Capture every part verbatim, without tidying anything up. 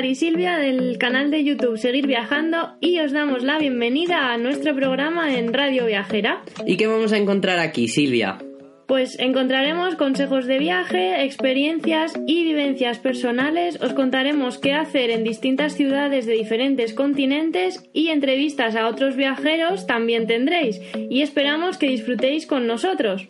y Silvia del canal de YouTube Seguir Viajando y os damos la bienvenida a nuestro programa en Radio Viajera. ¿Y qué vamos a encontrar aquí, Silvia? Pues encontraremos consejos de viaje, experiencias y vivencias personales, os contaremos qué hacer en distintas ciudades de diferentes continentes y entrevistas a otros viajeros también tendréis y esperamos que disfrutéis con nosotros.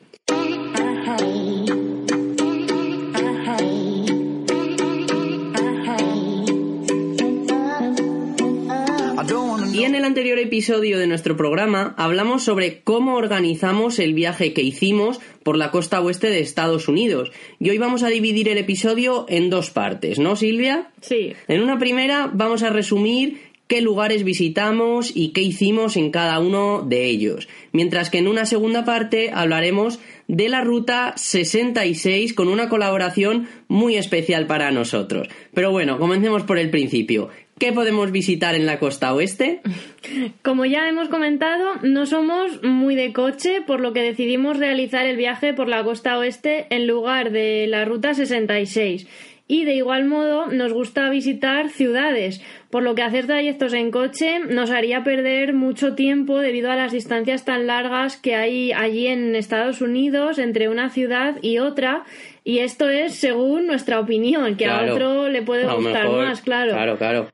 Y en el anterior episodio de nuestro programa hablamos sobre cómo organizamos el viaje que hicimos por la costa oeste de Estados Unidos. Y hoy vamos a dividir el episodio en dos partes, ¿no, Silvia? Sí. En una primera vamos a resumir qué lugares visitamos y qué hicimos en cada uno de ellos. Mientras que en una segunda parte hablaremos de la Ruta sesenta y seis con una colaboración muy especial para nosotros. Pero bueno, comencemos por el principio. ¿Qué podemos visitar en la costa oeste? Como ya hemos comentado, no somos muy de coche, por lo que decidimos realizar el viaje por la costa oeste en lugar de la Ruta sesenta y seis. Y de igual modo nos gusta visitar ciudades, por lo que hacer trayectos en coche nos haría perder mucho tiempo debido a las distancias tan largas que hay allí en Estados Unidos entre una ciudad y otra. Y esto es según nuestra opinión, que claro, a otro le puede gustar mejor, más, claro. Claro, claro.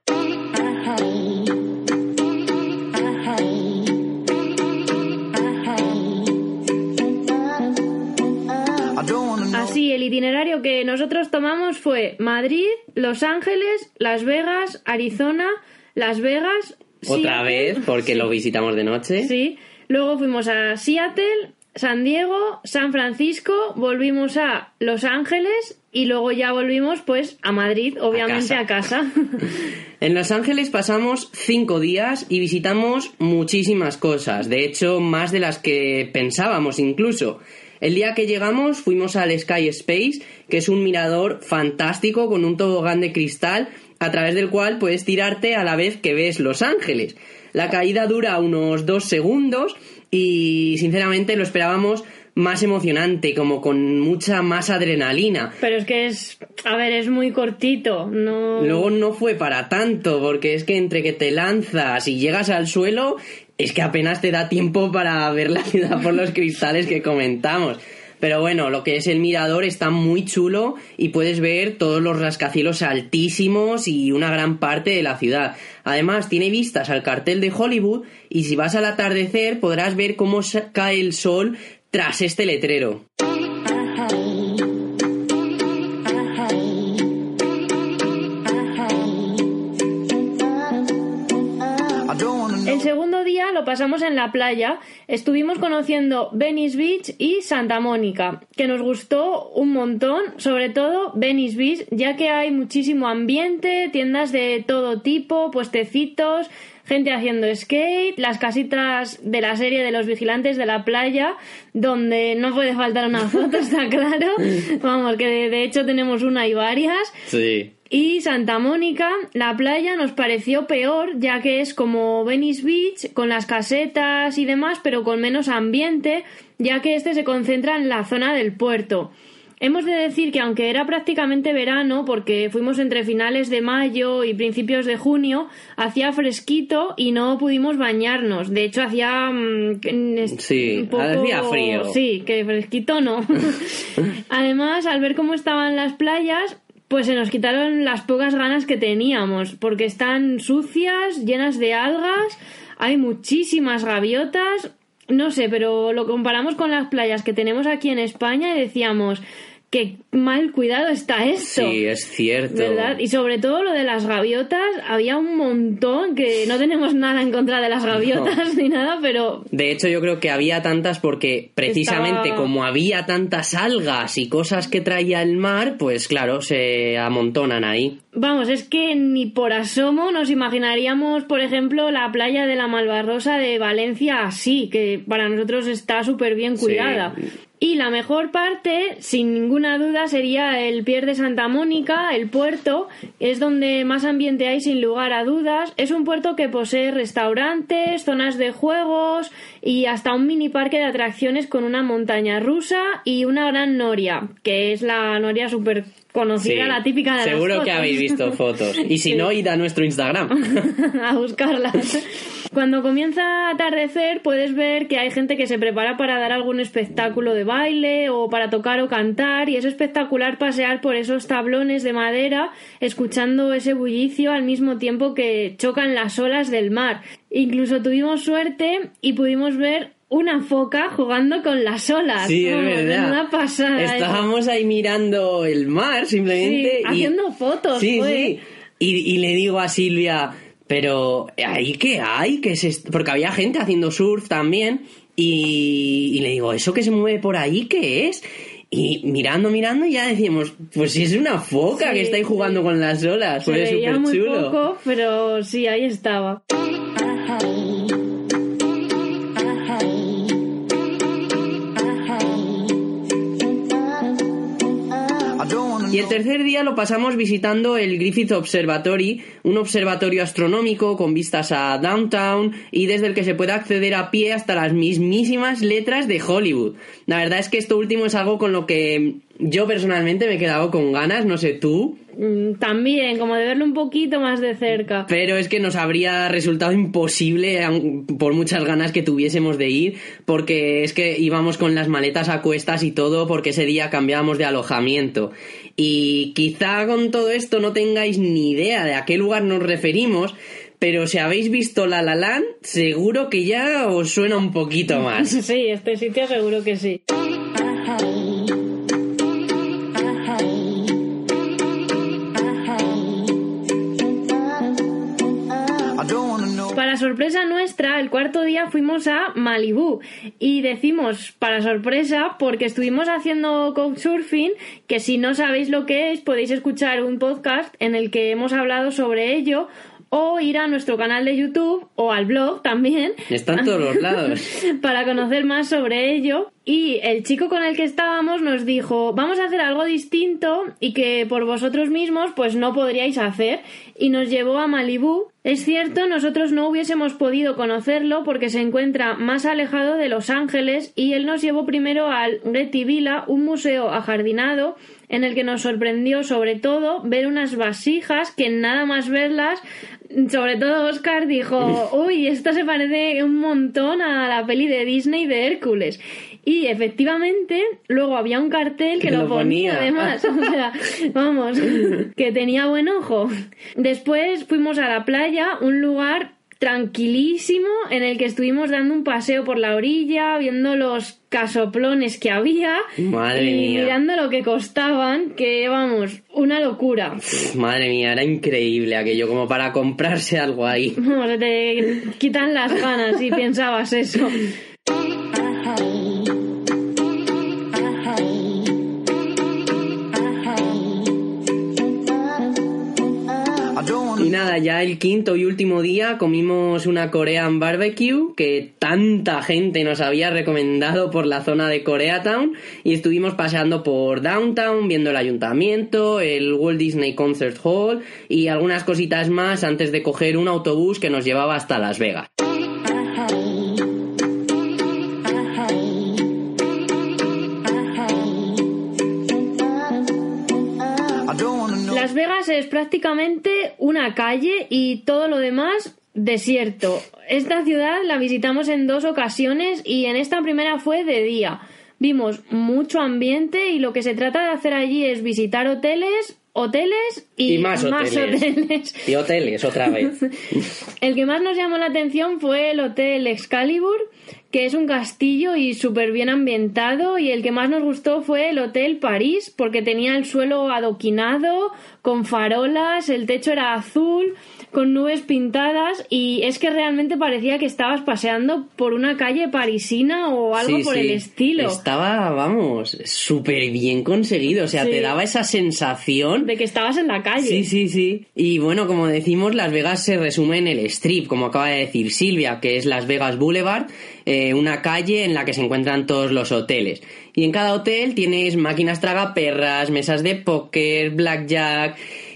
Así, el itinerario que nosotros tomamos fue Madrid, Los Ángeles, Las Vegas, Arizona, Las Vegas... Otra Seattle, vez, porque sí. lo visitamos de noche. Sí, luego fuimos a Seattle, San Diego, San Francisco, volvimos a Los Ángeles y luego ya volvimos pues a Madrid, obviamente a casa. A casa. En Los Ángeles pasamos cinco días y visitamos muchísimas cosas, de hecho más de las que pensábamos incluso. El día que llegamos fuimos al Sky Space, que es un mirador fantástico con un tobogán de cristal a través del cual puedes tirarte a la vez que ves Los Ángeles. La caída dura unos dos segundos y sinceramente lo esperábamos más emocionante, como con mucha más adrenalina. Pero es que es, a ver, es muy cortito, no... Luego no fue para tanto, porque es que entre que te lanzas y llegas al suelo, es que apenas te da tiempo para ver la ciudad por los cristales que comentamos. Pero bueno, lo que es el mirador está muy chulo y puedes ver todos los rascacielos altísimos y una gran parte de la ciudad. Además, tiene vistas al cartel de Hollywood y si vas al atardecer podrás ver cómo cae el sol tras este letrero. El segundo día lo pasamos en la playa. Estuvimos conociendo Venice Beach y Santa Mónica, que nos gustó un montón, sobre todo Venice Beach, ya que hay muchísimo ambiente, tiendas de todo tipo, puestecitos, gente haciendo skate, las casitas de la serie de los vigilantes de la playa, donde no puede faltar una foto, está claro. Vamos, que de, de hecho tenemos una y varias. Sí. Y Santa Mónica, la playa nos pareció peor, ya que es como Venice Beach, con las casetas y demás, pero con menos ambiente, ya que este se concentra en la zona del puerto. Hemos de decir que aunque era prácticamente verano, porque fuimos entre finales de mayo y principios de junio, hacía fresquito y no pudimos bañarnos. De hecho, hacía... Mmm, sí, un poco... hacía frío. Sí, que fresquito no. Además, al ver cómo estaban las playas, pues se nos quitaron las pocas ganas que teníamos, porque están sucias, llenas de algas, hay muchísimas gaviotas, no sé, pero lo comparamos con las playas que tenemos aquí en España y decíamos... qué mal cuidado está esto. Sí, es cierto. ¿Verdad? Y sobre todo lo de las gaviotas, había un montón, que no tenemos nada en contra de las gaviotas no. ni nada, pero... De hecho, yo creo que había tantas porque precisamente estaba... como había tantas algas y cosas que traía el mar, pues claro, se amontonan ahí. Vamos, es que ni por asomo nos imaginaríamos, por ejemplo, la playa de la Malvarrosa de Valencia así, que para nosotros está súper bien cuidada. Sí. Y la mejor parte, sin ninguna duda, sería el Pier de Santa Mónica, el puerto. Es donde más ambiente hay, sin lugar a dudas. Es un puerto que posee restaurantes, zonas de juegos y hasta un mini parque de atracciones con una montaña rusa y una gran noria, que es la noria súper conocida, sí, la típica de las seguro fotos. Que habéis visto fotos. Y si sí. no, id a nuestro Instagram. A buscarlas. Cuando comienza a atardecer puedes ver que hay gente que se prepara para dar algún espectáculo de baile o para tocar o cantar, y es espectacular pasear por esos tablones de madera escuchando ese bullicio al mismo tiempo que chocan las olas del mar. Incluso tuvimos suerte y pudimos ver una foca jugando con las olas. Sí, es oh, verdad. Una pasada. Estábamos eso. ahí mirando el mar simplemente. Sí, y... haciendo fotos. Sí, pues. sí. Y, y le digo a Silvia, pero ¿ahí qué hay? ¿Qué es esto? Porque había gente haciendo surf también. Y, y le digo, ¿eso que se mueve por ahí qué es? Y mirando, mirando, ya decíamos, pues si es una foca sí, que está ahí jugando sí. con las olas. Fue súper muy chulo. Poco, pero sí, ahí estaba. Y el tercer día lo pasamos visitando el Griffith Observatory, un observatorio astronómico con vistas a Downtown y desde el que se puede acceder a pie hasta las mismísimas letras de Hollywood. La verdad es que esto último es algo con lo que yo personalmente me he quedado con ganas, no sé tú. También, como de verlo un poquito más de cerca. Pero es que nos habría resultado imposible por muchas ganas que tuviésemos de ir, porque es que íbamos con las maletas a cuestas y todo, porque ese día cambiábamos de alojamiento. Y quizá con todo esto no tengáis ni idea de a qué lugar nos referimos, pero si habéis visto La La Land, seguro que ya os suena un poquito más. Sí, este sitio seguro que sí. Para sorpresa nuestra, el cuarto día fuimos a Malibú, y decimos para sorpresa porque estuvimos haciendo couchsurfing, que si no sabéis lo que es podéis escuchar un podcast en el que hemos hablado sobre ello, o ir a nuestro canal de YouTube o al blog también. Está en todos los lados. Para conocer más sobre ello. Y el chico con el que estábamos nos dijo, vamos a hacer algo distinto y que por vosotros mismos pues no podríais hacer. Y nos llevó a Malibú. Es cierto, nosotros no hubiésemos podido conocerlo porque se encuentra más alejado de Los Ángeles, y él nos llevó primero al Getty Villa, un museo ajardinado en el que nos sorprendió sobre todo ver unas vasijas que nada más verlas, sobre todo Óscar dijo, uy, esto se parece un montón a la peli de Disney de Hércules. Y efectivamente, luego había un cartel que, que lo, lo ponía, ponía además, o sea, vamos, que tenía buen ojo. Después fuimos a la playa, un lugar tranquilísimo en el que estuvimos dando un paseo por la orilla, viendo los casoplones que había. Madre y mía. Mirando lo que costaban, que vamos, una locura. Madre mía, era increíble aquello, como para comprarse algo ahí. No, se te quitan las ganas si piensabas eso. Y nada, ya el quinto y último día comimos una Korean barbecue que tanta gente nos había recomendado por la zona de Koreatown, y estuvimos paseando por Downtown, viendo el ayuntamiento, el Walt Disney Concert Hall y algunas cositas más antes de coger un autobús que nos llevaba hasta Las Vegas. Las Vegas es prácticamente una calle y todo lo demás desierto. Esta ciudad la visitamos en dos ocasiones y en esta primera fue de día. Vimos mucho ambiente y lo que se trata de hacer allí es visitar hoteles, hoteles y, y más, más hoteles. hoteles. Y hoteles otra vez. El que más nos llamó la atención fue el Hotel Excalibur, que es un castillo y súper bien ambientado, y el que más nos gustó fue el Hotel París, porque tenía el suelo adoquinado, con farolas, el techo era azul, con nubes pintadas, y es que realmente parecía que estabas paseando por una calle parisina o algo sí, por sí. el estilo. Estaba, vamos, súper bien conseguido, o sea, sí. Te daba esa sensación de que estabas en la calle. Sí, sí, sí. Y bueno, como decimos, Las Vegas se resume en el Strip, como acaba de decir Silvia, que es Las Vegas Boulevard, eh, una calle en la que se encuentran todos los hoteles. Y en cada hotel tienes máquinas tragaperras, mesas de póker, blackjack.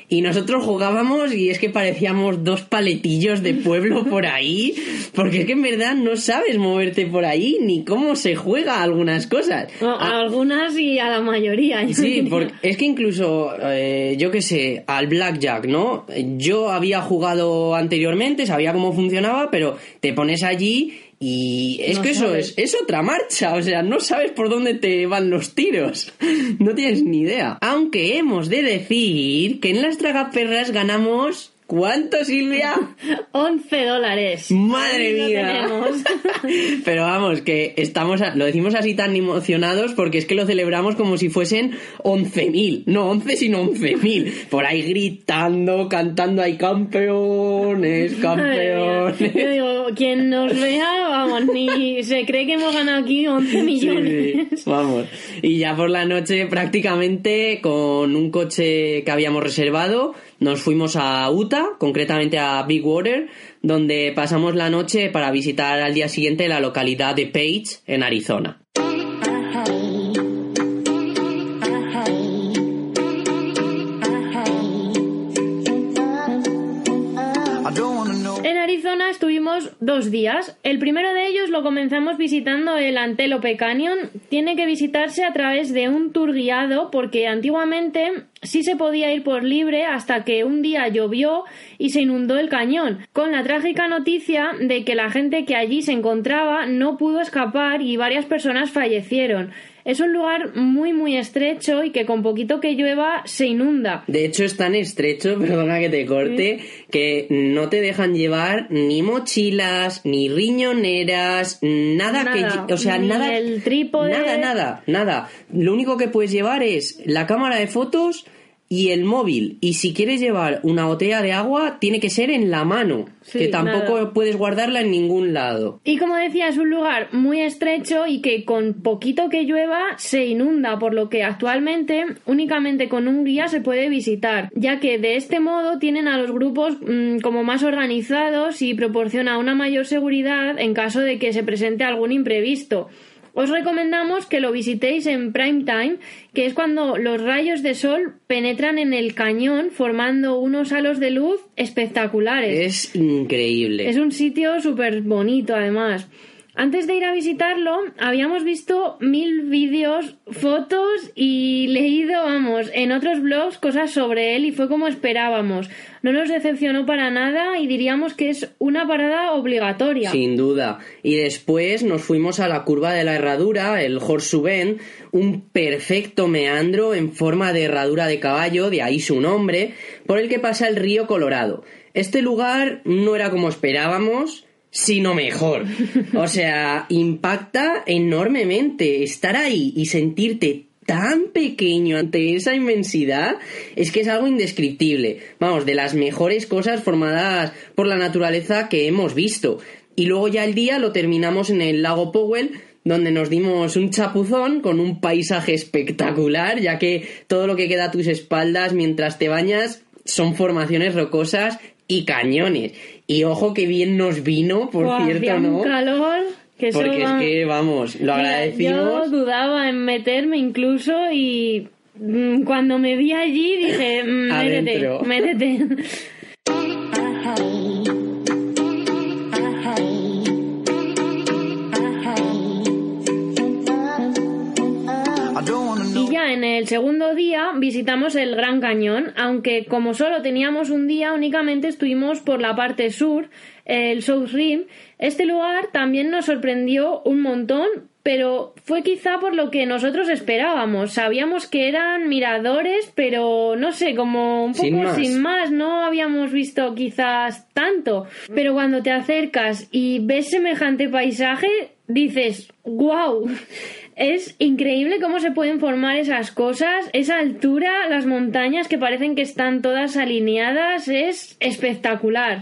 y nosotros jugábamos y es que parecíamos dos paletillos de pueblo por ahí, porque es que en verdad no sabes moverte por ahí ni cómo se juega algunas cosas. A, a algunas y a la mayoría. Sí, porque es que incluso, eh, yo qué sé, al blackjack, ¿no? Yo había jugado anteriormente, sabía cómo funcionaba, pero te pones allí y es no que sabes. eso es, es otra marcha, o sea, no sabes por dónde te van los tiros, no tienes ni idea. Aunque hemos de decir que en las tragaperras ganamos... ¿Cuánto, Silvia? once dólares. ¡Madre Ahí mía! lo tenemos. Pero vamos, que estamos, a, lo decimos así tan emocionados porque es que lo celebramos como si fuesen once mil. No once, sino once mil. Por ahí gritando, cantando, ¡ay, campeones, campeones! Yo digo, quien nos vea, vamos, ni se cree que hemos ganado aquí once millones. Sí, sí, vamos. Y ya por la noche, prácticamente, con un coche que habíamos reservado, nos fuimos a Utah, concretamente a Big Water, donde pasamos la noche para visitar al día siguiente la localidad de Page, en Arizona. En Arizona estuvimos dos días. El primero de ellos lo comenzamos visitando el Antelope Canyon. Tiene que visitarse a través de un tour guiado porque antiguamente sí se podía ir por libre hasta que un día llovió y se inundó el cañón, con la trágica noticia de que la gente que allí se encontraba no pudo escapar y varias personas fallecieron. Es un lugar muy muy estrecho y que con poquito que llueva se inunda. De hecho es tan estrecho, perdona que te corte, ¿sí? Que no te dejan llevar ni mochilas, ni riñoneras, nada, nada que... O sea, ni nada... el trípode... Nada, nada, nada. Lo único que puedes llevar es la cámara de fotos y el móvil. Y si quieres llevar una botella de agua, tiene que ser en la mano. Sí, que tampoco nada. Puedes guardarla en ningún lado. Y como decía, es un lugar muy estrecho y que con poquito que llueva se inunda, por lo que actualmente únicamente con un guía se puede visitar, ya que de este modo tienen a los grupos mmm, como más organizados y proporciona una mayor seguridad en caso de que se presente algún imprevisto. Os recomendamos que lo visitéis en prime time, que es cuando los rayos de sol penetran en el cañón formando unos halos de luz espectaculares. Es increíble. Es un sitio súper bonito además. Antes de ir a visitarlo, habíamos visto mil vídeos, fotos y leído, vamos, en otros blogs cosas sobre él y fue como esperábamos. No nos decepcionó para nada y diríamos que es una parada obligatoria. Sin duda. Y después nos fuimos a la curva de la herradura, el Horseshoe Bend, un perfecto meandro en forma de herradura de caballo, de ahí su nombre, por el que pasa el río Colorado. Este lugar no era como esperábamos, sino mejor. O sea, impacta enormemente. Estar ahí y sentirte tan pequeño ante esa inmensidad es que es algo indescriptible. Vamos, de las mejores cosas formadas por la naturaleza que hemos visto. Y luego ya el día lo terminamos en el lago Powell, donde nos dimos un chapuzón con un paisaje espectacular, ya que todo lo que queda a tus espaldas mientras te bañas son formaciones rocosas y cañones. Y ojo que bien nos vino, por Buah, cierto, hacía ¿no? Un calor que Porque eso, es que, vamos, lo mira, agradecimos. Yo dudaba en meterme incluso y mmm, cuando me vi allí dije, mmm, métete, métete. En el segundo día visitamos el Gran Cañón, aunque como solo teníamos un día, únicamente estuvimos por la parte sur, el South Rim. Este lugar también nos sorprendió un montón, pero fue quizá por lo que nosotros esperábamos. Sabíamos que eran miradores, pero no sé, como un poco sin más, sin más. No habíamos visto quizás tanto. Pero cuando te acercas y ves semejante paisaje, dices, ¡guau! Es increíble cómo se pueden formar esas cosas, esa altura, las montañas que parecen que están todas alineadas, es espectacular.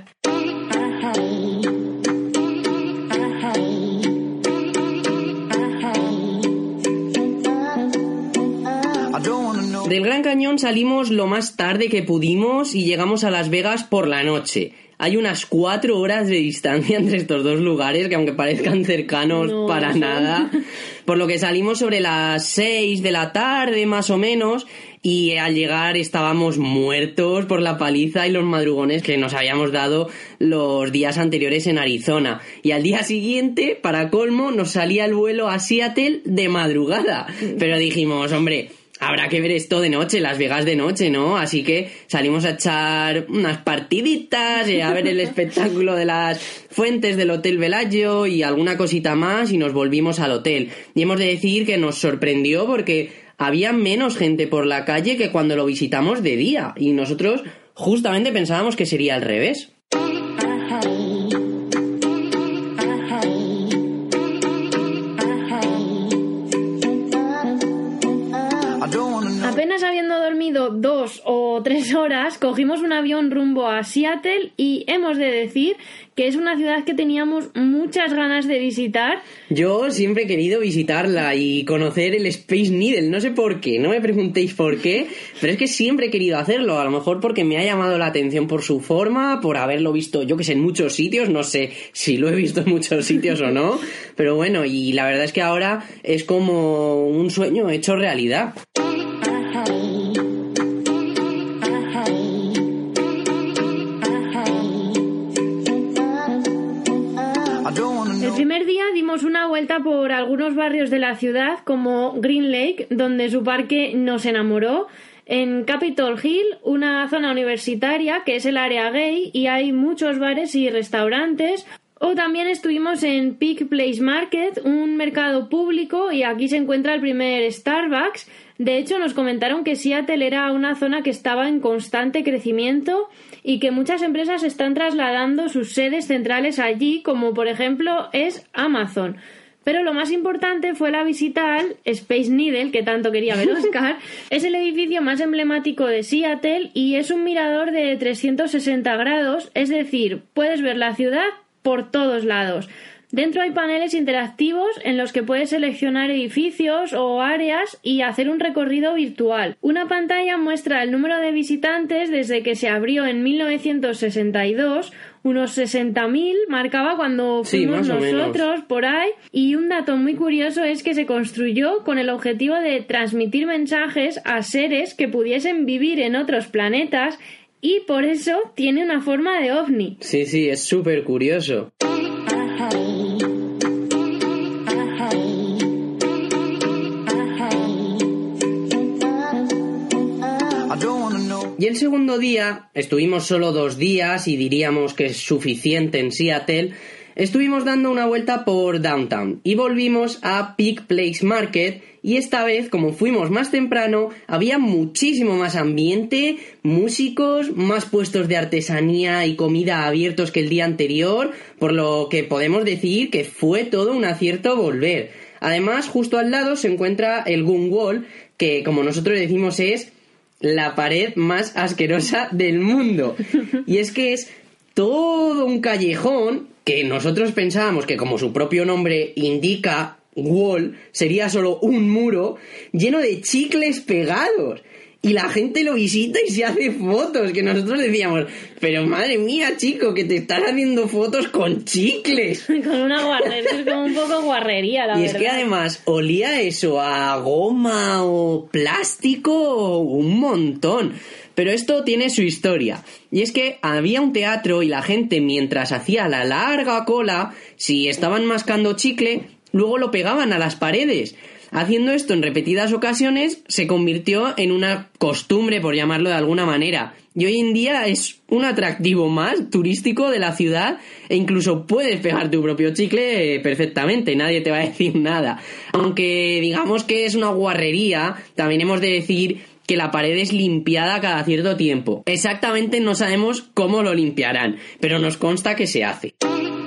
Del Gran Cañón salimos lo más tarde que pudimos y llegamos a Las Vegas por la noche. hay unas cuatro horas de distancia entre estos dos lugares, que aunque parezcan cercanos no, para no. nada, por lo que salimos sobre las seis de la tarde más o menos, y al llegar estábamos muertos por la paliza y los madrugones que nos habíamos dado los días anteriores en Arizona. Y al día siguiente, para colmo, nos salía el vuelo a Seattle de madrugada. Pero dijimos, hombre, habrá que ver esto de noche, Las Vegas de noche, ¿no? Así que salimos a echar unas partiditas, a ver el espectáculo de las fuentes del Hotel Bellagio y alguna cosita más, y nos volvimos al hotel. Y hemos de decir que nos sorprendió porque había menos gente por la calle que cuando lo visitamos de día, y nosotros justamente pensábamos que sería al revés. Apenas habiendo dormido dos o tres horas, cogimos un avión rumbo a Seattle y hemos de decir que es una ciudad que teníamos muchas ganas de visitar. Yo siempre he querido visitarla y conocer el Space Needle, no sé por qué, no me preguntéis por qué, pero es que siempre he querido hacerlo, a lo mejor porque me ha llamado la atención por su forma, por haberlo visto, yo que sé, en muchos sitios, no sé si lo he visto en muchos sitios o no, pero bueno, y la verdad es que ahora es como un sueño hecho realidad. El primer día dimos una vuelta por algunos barrios de la ciudad como Green Lake, donde su parque nos enamoró, en Capitol Hill, una zona universitaria que es el área gay y hay muchos bares y restaurantes. O también estuvimos en Pike Place Market, un mercado público, y aquí se encuentra el primer Starbucks. De hecho, nos comentaron que Seattle era una zona que estaba en constante crecimiento y que muchas empresas están trasladando sus sedes centrales allí, como por ejemplo es Amazon. Pero lo más importante fue la visita al Space Needle, que tanto quería ver Oscar. Es el edificio más emblemático de Seattle y es un mirador de trescientos sesenta grados, es decir, puedes ver la ciudad por todos lados. Dentro hay paneles interactivos en los que puedes seleccionar edificios o áreas y hacer un recorrido virtual. Una pantalla muestra el número de visitantes desde que se abrió en mil novecientos sesenta y dos, unos sesenta mil marcaba cuando fuimos sí, nosotros por ahí, y un dato muy curioso es que se construyó con el objetivo de transmitir mensajes a seres que pudiesen vivir en otros planetas y por eso tiene una forma de ovni. Sí, sí, es súper curioso. Y el segundo día, estuvimos solo dos días y diríamos que es suficiente en Seattle, estuvimos dando una vuelta por Downtown y volvimos a Pike Place Market, y esta vez, como fuimos más temprano, había muchísimo más ambiente, músicos, más puestos de artesanía y comida abiertos que el día anterior, por lo que podemos decir que fue todo un acierto volver. Además, justo al lado se encuentra el Gun Wall, que como nosotros decimos es la pared más asquerosa del mundo. Y es que es todo un callejón que nosotros pensábamos que, como su propio nombre indica, wall, sería solo un muro lleno de chicles pegados. Y la gente lo visita y se hace fotos, que nosotros decíamos, pero madre mía, chico, que te estás haciendo fotos con chicles. Con una guarrería, es como un poco guarrería, la y verdad. Y es que además olía eso a goma o plástico un montón. Pero esto tiene su historia. Y es que había un teatro y la gente, mientras hacía la larga cola, si estaban mascando chicle, luego lo pegaban a las paredes. Haciendo esto en repetidas ocasiones se convirtió en una costumbre, por llamarlo de alguna manera, y hoy en día es un atractivo más turístico de la ciudad, e incluso puedes pegar tu propio chicle perfectamente, nadie te va a decir nada. Aunque digamos que es una guarrería, también hemos de decir que la pared es limpiada cada cierto tiempo. Exactamente no sabemos cómo lo limpiarán, pero nos consta que se hace.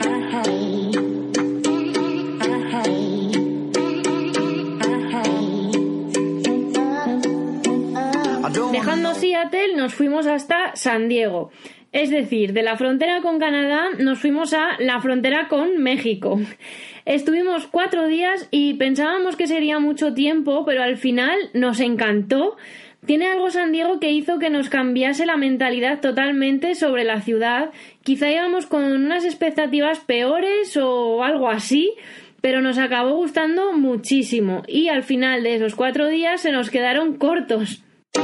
Dejando Seattle, nos fuimos hasta San Diego. Es decir, de la frontera con Canadá nos fuimos a la frontera con México. Estuvimos cuatro días y pensábamos que sería mucho tiempo, pero al final nos encantó. Tiene algo San Diego que hizo que nos cambiase la mentalidad totalmente sobre la ciudad. Quizá íbamos con unas expectativas peores o algo así, pero nos acabó gustando muchísimo y al final de esos cuatro días se nos quedaron cortos.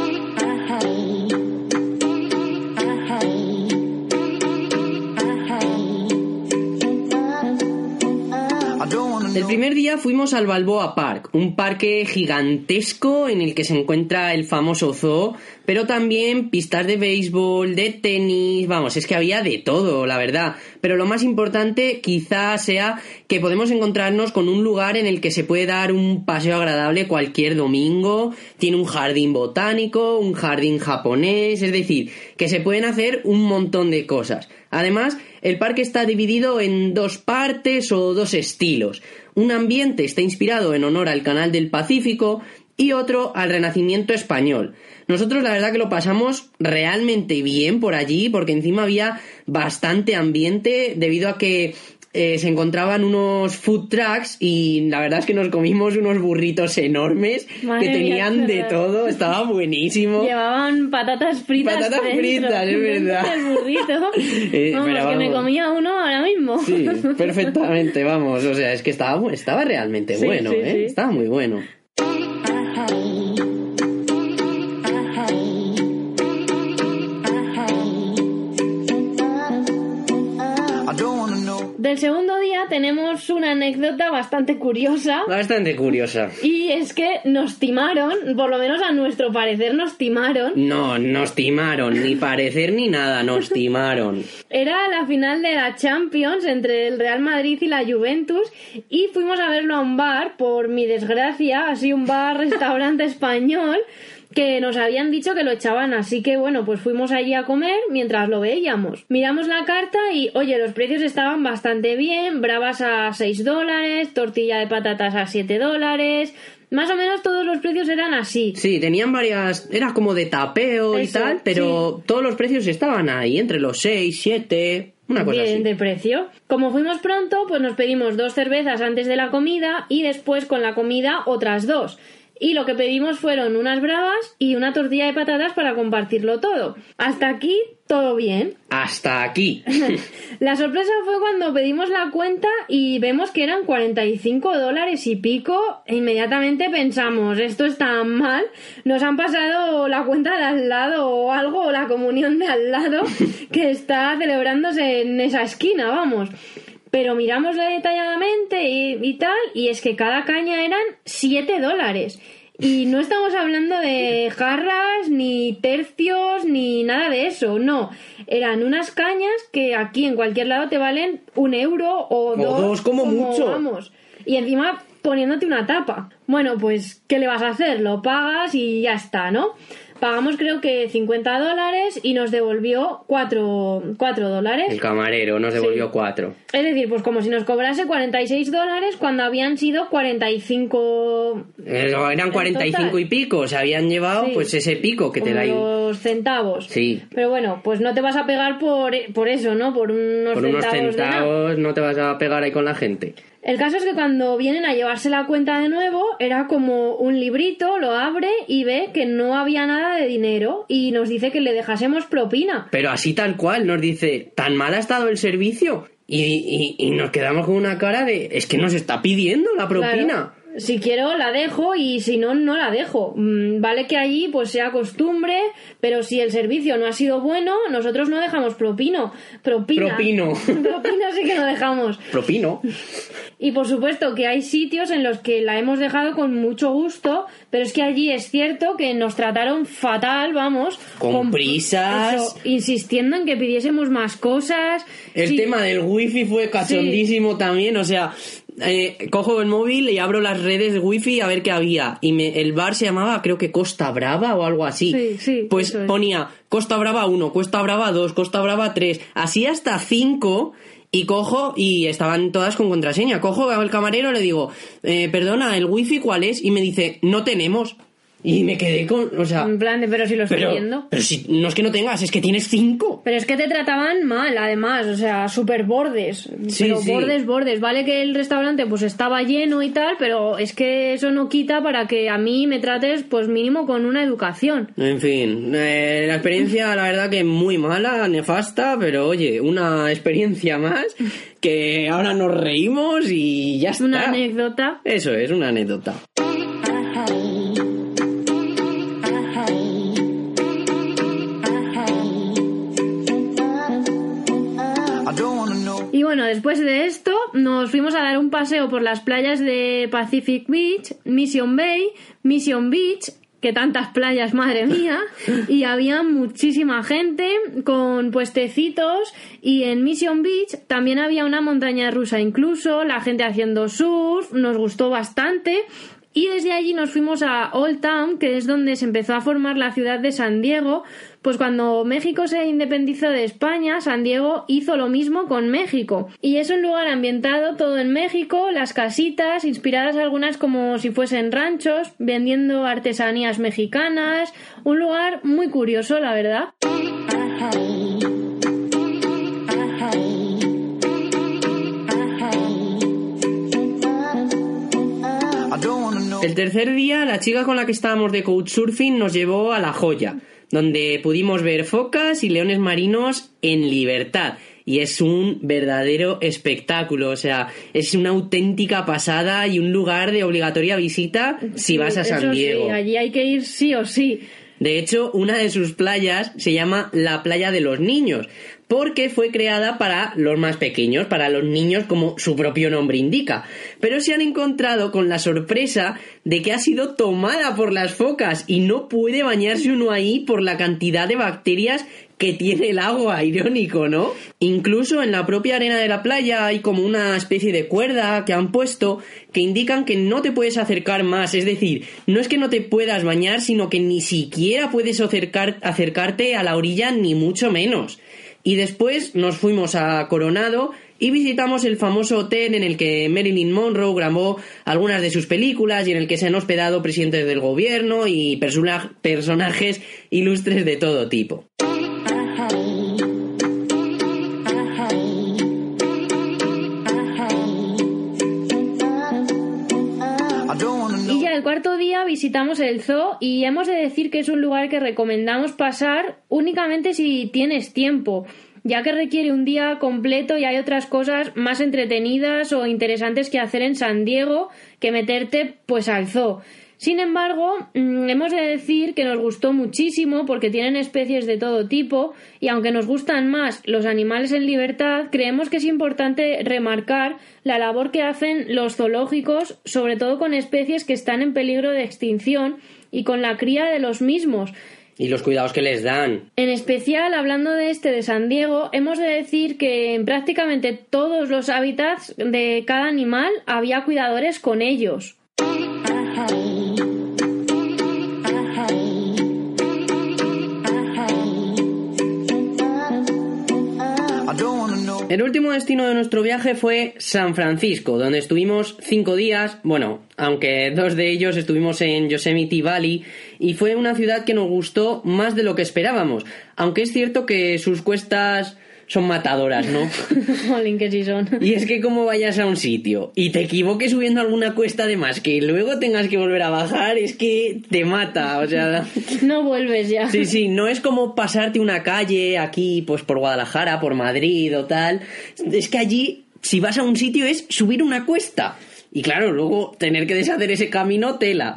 El primer día fuimos al Balboa Park, un parque gigantesco en el que se encuentra el famoso zoo, pero también pistas de béisbol, de tenis, vamos, es que había de todo, la verdad. Pero lo más importante quizás sea que podemos encontrarnos con un lugar en el que se puede dar un paseo agradable cualquier domingo, tiene un jardín botánico, un jardín japonés, es decir, que se pueden hacer un montón de cosas. Además, el parque está dividido en dos partes o dos estilos. Un ambiente está inspirado en honor al Canal del Pacífico y otro al Renacimiento español. Nosotros la verdad que lo pasamos realmente bien por allí porque encima había bastante ambiente debido a que eh, se encontraban unos food trucks y la verdad es que nos comimos unos burritos enormes. Madre que tenían mía, de todo, estaba buenísimo. Llevaban patatas fritas. Patatas dentro. fritas, es verdad. El burrito. Eh, vamos, que vamos. Me comía uno ahora mismo. Sí, perfectamente, vamos. O sea, es que estaba, estaba realmente sí, bueno, sí, ¿eh? Sí. Estaba muy bueno. Del segundo día tenemos una anécdota bastante curiosa. Bastante curiosa. Y es que nos timaron, por lo menos a nuestro parecer nos timaron. No, nos timaron, ni parecer ni nada, nos timaron. Era la final de la Champions entre el Real Madrid y la Juventus y fuimos a verlo a un bar, por mi desgracia, así un bar-restaurante español, que nos habían dicho que lo echaban, así que bueno, pues fuimos allí a comer mientras lo veíamos. Miramos la carta y, oye, los precios estaban bastante bien, bravas a seis dólares, tortilla de patatas a siete dólares, más o menos todos los precios eran así. Sí, tenían varias, era como de tapeo Eso, y tal, pero sí. Todos los precios estaban ahí, entre los seis, siete... Una cosa Bien así. de precio. Como fuimos pronto, pues nos pedimos dos cervezas antes de la comida y después con la comida otras dos. Y lo que pedimos fueron unas bravas y una tortilla de patatas para compartirlo todo. Hasta aquí, todo bien. Hasta aquí. La sorpresa fue cuando pedimos la cuenta y vemos que eran cuarenta y cinco dólares y pico e inmediatamente pensamos, esto está mal, nos han pasado la cuenta de al lado o algo, o la comunión de al lado que está celebrándose en esa esquina, vamos. Pero miramos detalladamente y, y tal, y es que cada caña eran siete dólares. Y no estamos hablando de jarras, ni tercios, ni nada de eso, no. Eran unas cañas que aquí en cualquier lado te valen un euro o, o dos, dos como, como mucho. Vamos. Y encima poniéndote una tapa. Bueno, pues, ¿qué le vas a hacer? Lo pagas y ya está, ¿no? Pagamos creo que cincuenta dólares y nos devolvió cuatro dólares. El camarero nos devolvió sí. cuatro. Es decir, pues como si nos cobrase cuarenta y seis dólares cuando habían sido cuarenta y cinco... Eran cuarenta y cinco y pico, se habían llevado sí. pues ese pico que te da ahí. Los centavos. Sí. Pero bueno, pues no te vas a pegar por, por eso, ¿no? Por unos por centavos. Por unos centavos no te vas a pegar ahí con la gente. El caso es que cuando vienen a llevarse la cuenta de nuevo, era como un librito, lo abre y ve que no había nada de dinero y nos dice que le dejásemos propina. Pero así tal cual, nos dice, ¿tan mal ha estado el servicio? Y, y, y nos quedamos con una cara de, es que nos está pidiendo la propina. Claro. Si quiero la dejo y si no, no la dejo. Vale que allí pues sea costumbre, pero si el servicio no ha sido bueno, nosotros no dejamos propino. Propina. Propino. Propina sí que no dejamos. Propino. Y por supuesto que hay sitios en los que la hemos dejado con mucho gusto, pero es que allí es cierto que nos trataron fatal, vamos. Con, con prisas. Eso, insistiendo en que pidiésemos más cosas. El sí. tema del wifi fue cachondísimo sí. también, o sea... Eh, cojo el móvil y abro las redes de wifi a ver qué había y me, el bar se llamaba creo que Costa Brava o algo así sí, sí, pues ponía Costa Brava uno, Costa Brava dos, Costa Brava tres, así hasta cinco y cojo y estaban todas con contraseña. Cojo al camarero, le digo eh, perdona, ¿el wifi cuál es? Y me dice, no tenemos. Y me quedé con, o sea... En plan de, pero si lo estoy pero, viendo. Pero si no es que no tengas, es que tienes cinco. Pero es que te trataban mal, además, o sea, súper bordes. Sí, pero sí. bordes, bordes. Vale que el restaurante pues estaba lleno y tal, pero es que eso no quita para que a mí me trates pues mínimo con una educación. En fin, eh, la experiencia la verdad que muy mala, nefasta, pero oye, una experiencia más que ahora nos reímos y ya está. Una anécdota. Eso es, una anécdota. Y bueno, después de esto nos fuimos a dar un paseo por las playas de Pacific Beach, Mission Bay, Mission Beach, que tantas playas, madre mía, y había muchísima gente con puestecitos, y en Mission Beach también había una montaña rusa incluso, la gente haciendo surf, nos gustó bastante. Y desde allí nos fuimos a Old Town, que es donde se empezó a formar la ciudad de San Diego. Pues cuando México se independizó de España, San Diego hizo lo mismo con México. Y es un lugar ambientado todo en México, las casitas, inspiradas algunas como si fuesen ranchos, vendiendo artesanías mexicanas. Un lugar muy curioso, la verdad. El tercer día, la chica con la que estábamos de couchsurfing nos llevó a La Joya, donde pudimos ver focas y leones marinos en libertad. Y es un verdadero espectáculo, o sea, es una auténtica pasada y un lugar de obligatoria visita si Sí, vas a San eso Diego. Sí, allí hay que ir sí o sí. De hecho, una de sus playas se llama la Playa de los Niños, porque fue creada para los más pequeños, para los niños como su propio nombre indica. Pero se han encontrado con la sorpresa de que ha sido tomada por las focas y no puede bañarse uno ahí por la cantidad de bacterias que tiene el agua, irónico, ¿no? Incluso en la propia arena de la playa hay como una especie de cuerda que han puesto que indican que no te puedes acercar más, es decir, no es que no te puedas bañar, sino que ni siquiera puedes acercar, acercarte a la orilla, ni mucho menos. Y después nos fuimos a Coronado y visitamos el famoso hotel en el que Marilyn Monroe grabó algunas de sus películas y en el que se han hospedado presidentes del gobierno y persona- personajes ilustres de todo tipo. Y ya el cuarto día visitamos el zoo y hemos de decir que es un lugar que recomendamos pasar únicamente si tienes tiempo, ya que requiere un día completo y hay otras cosas más entretenidas o interesantes que hacer en San Diego que meterte pues al zoo. Sin embargo, hemos de decir que nos gustó muchísimo porque tienen especies de todo tipo y aunque nos gustan más los animales en libertad, creemos que es importante remarcar la labor que hacen los zoológicos, sobre todo con especies que están en peligro de extinción y con la cría de los mismos. Y los cuidados que les dan. En especial, hablando de este de San Diego, hemos de decir que en prácticamente todos los hábitats de cada animal había cuidadores con ellos. El último destino de nuestro viaje fue San Francisco, donde estuvimos cinco días, bueno, aunque dos de ellos estuvimos en Yosemite Valley, y fue una ciudad que nos gustó más de lo que esperábamos, aunque es cierto que sus cuestas son matadoras, ¿no? Jolín, que sí son. Y es que como vayas a un sitio y te equivoques subiendo alguna cuesta de más que luego tengas que volver a bajar, es que te mata, o sea... No vuelves ya. Sí, sí, no es como pasarte una calle aquí, pues por Guadalajara, por Madrid o tal. Es que allí, si vas a un sitio, es subir una cuesta. Y claro, luego tener que deshacer ese camino, tela.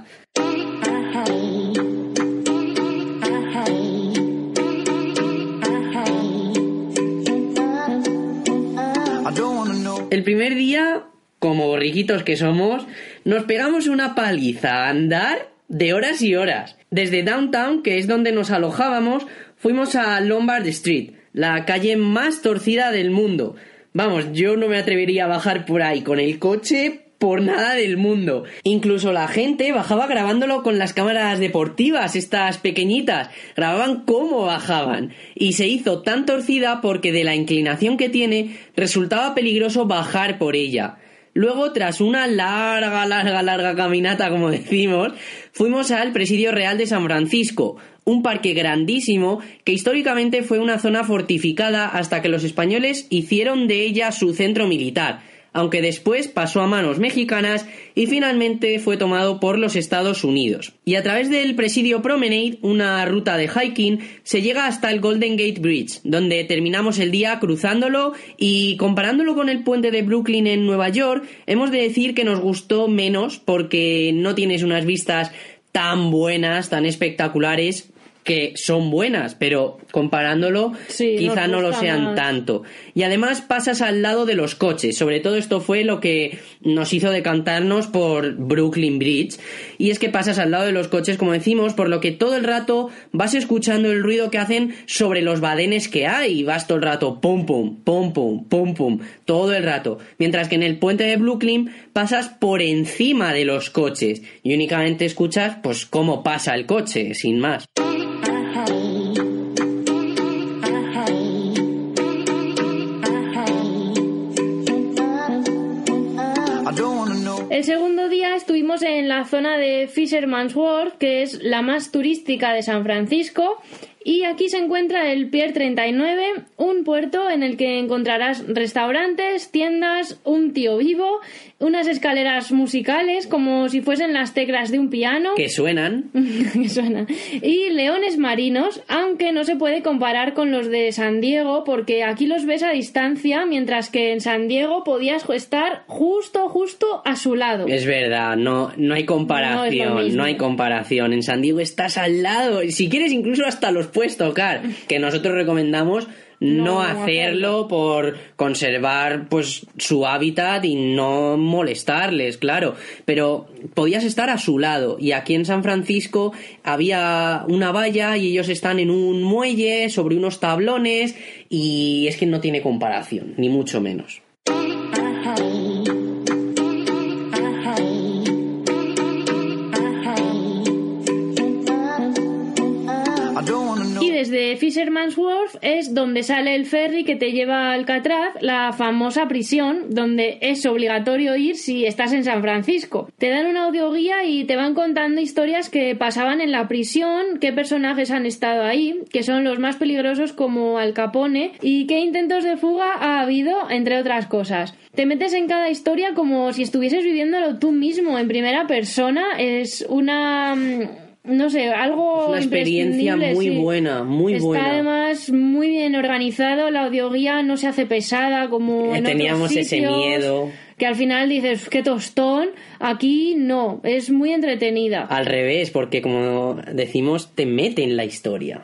El primer día, como borriquitos que somos, nos pegamos una paliza a andar de horas y horas. Desde Downtown, que es donde nos alojábamos, fuimos a Lombard Street, la calle más torcida del mundo. Vamos, yo no me atrevería a bajar por ahí con el coche por nada del mundo. Incluso la gente bajaba grabándolo con las cámaras deportivas, estas pequeñitas. Grababan cómo bajaban. Y se hizo tan torcida porque de la inclinación que tiene resultaba peligroso bajar por ella. Luego, tras una larga, larga, larga caminata, como decimos, fuimos al Presidio Real de San Francisco, un parque grandísimo que históricamente fue una zona fortificada hasta que los españoles hicieron de ella su centro militar, aunque después pasó a manos mexicanas y finalmente fue tomado por los Estados Unidos. Y a través del Presidio Promenade, una ruta de hiking, se llega hasta el Golden Gate Bridge, donde terminamos el día cruzándolo, y comparándolo con el puente de Brooklyn en Nueva York, hemos de decir que nos gustó menos porque no tienes unas vistas tan buenas, tan espectaculares, que son buenas, pero comparándolo sí, quizá no lo sean más. Tanto. Y además pasas al lado de los coches. Sobre todo esto fue lo que nos hizo decantarnos por Brooklyn Bridge. Y es que pasas al lado de los coches, como decimos, por lo que todo el rato vas escuchando el ruido que hacen sobre los badenes que hay. Y vas todo el rato pum pum, pum pum, pum pum, todo el rato. Mientras que en el puente de Brooklyn pasas por encima de los coches y únicamente escuchas pues cómo pasa el coche, sin más. El segundo día estuvimos en la zona de Fisherman's Wharf, que es la más turística de San Francisco, y aquí se encuentra el Pier treinta y nueve, un puerto en el que encontrarás restaurantes, tiendas, un tío vivo, unas escaleras musicales como si fuesen las teclas de un piano. Que suenan. que suenan. Y leones marinos, aunque no se puede comparar con los de San Diego, porque aquí los ves a distancia, mientras que en San Diego podías estar justo, justo a su lado. Es verdad, no, no hay comparación, no, no hay comparación. En San Diego estás al lado, si quieres incluso hasta los puedes tocar, que nosotros recomendamos no, no hacerlo, hacerlo por conservar pues su hábitat y no molestarles, claro, pero podías estar a su lado. Y aquí en San Francisco había una valla y ellos están en un muelle sobre unos tablones, y es que no tiene comparación, ni mucho menos. Desde Fisherman's Wharf es donde sale el ferry que te lleva a Alcatraz, la famosa prisión, donde es obligatorio ir si estás en San Francisco. Te dan una audioguía y te van contando historias que pasaban en la prisión, qué personajes han estado ahí, que son los más peligrosos como Al Capone, y qué intentos de fuga ha habido, entre otras cosas. Te metes en cada historia como si estuvieses viviéndolo tú mismo en primera persona. Es una... no sé, algo es una experiencia muy sí. buena, muy Está buena. Está además muy bien organizado, la audioguía no se hace pesada como en Teníamos otros sitios, ese miedo. Que al final dices, qué tostón. Aquí no, es muy entretenida. Al revés, porque como decimos, te mete en la historia.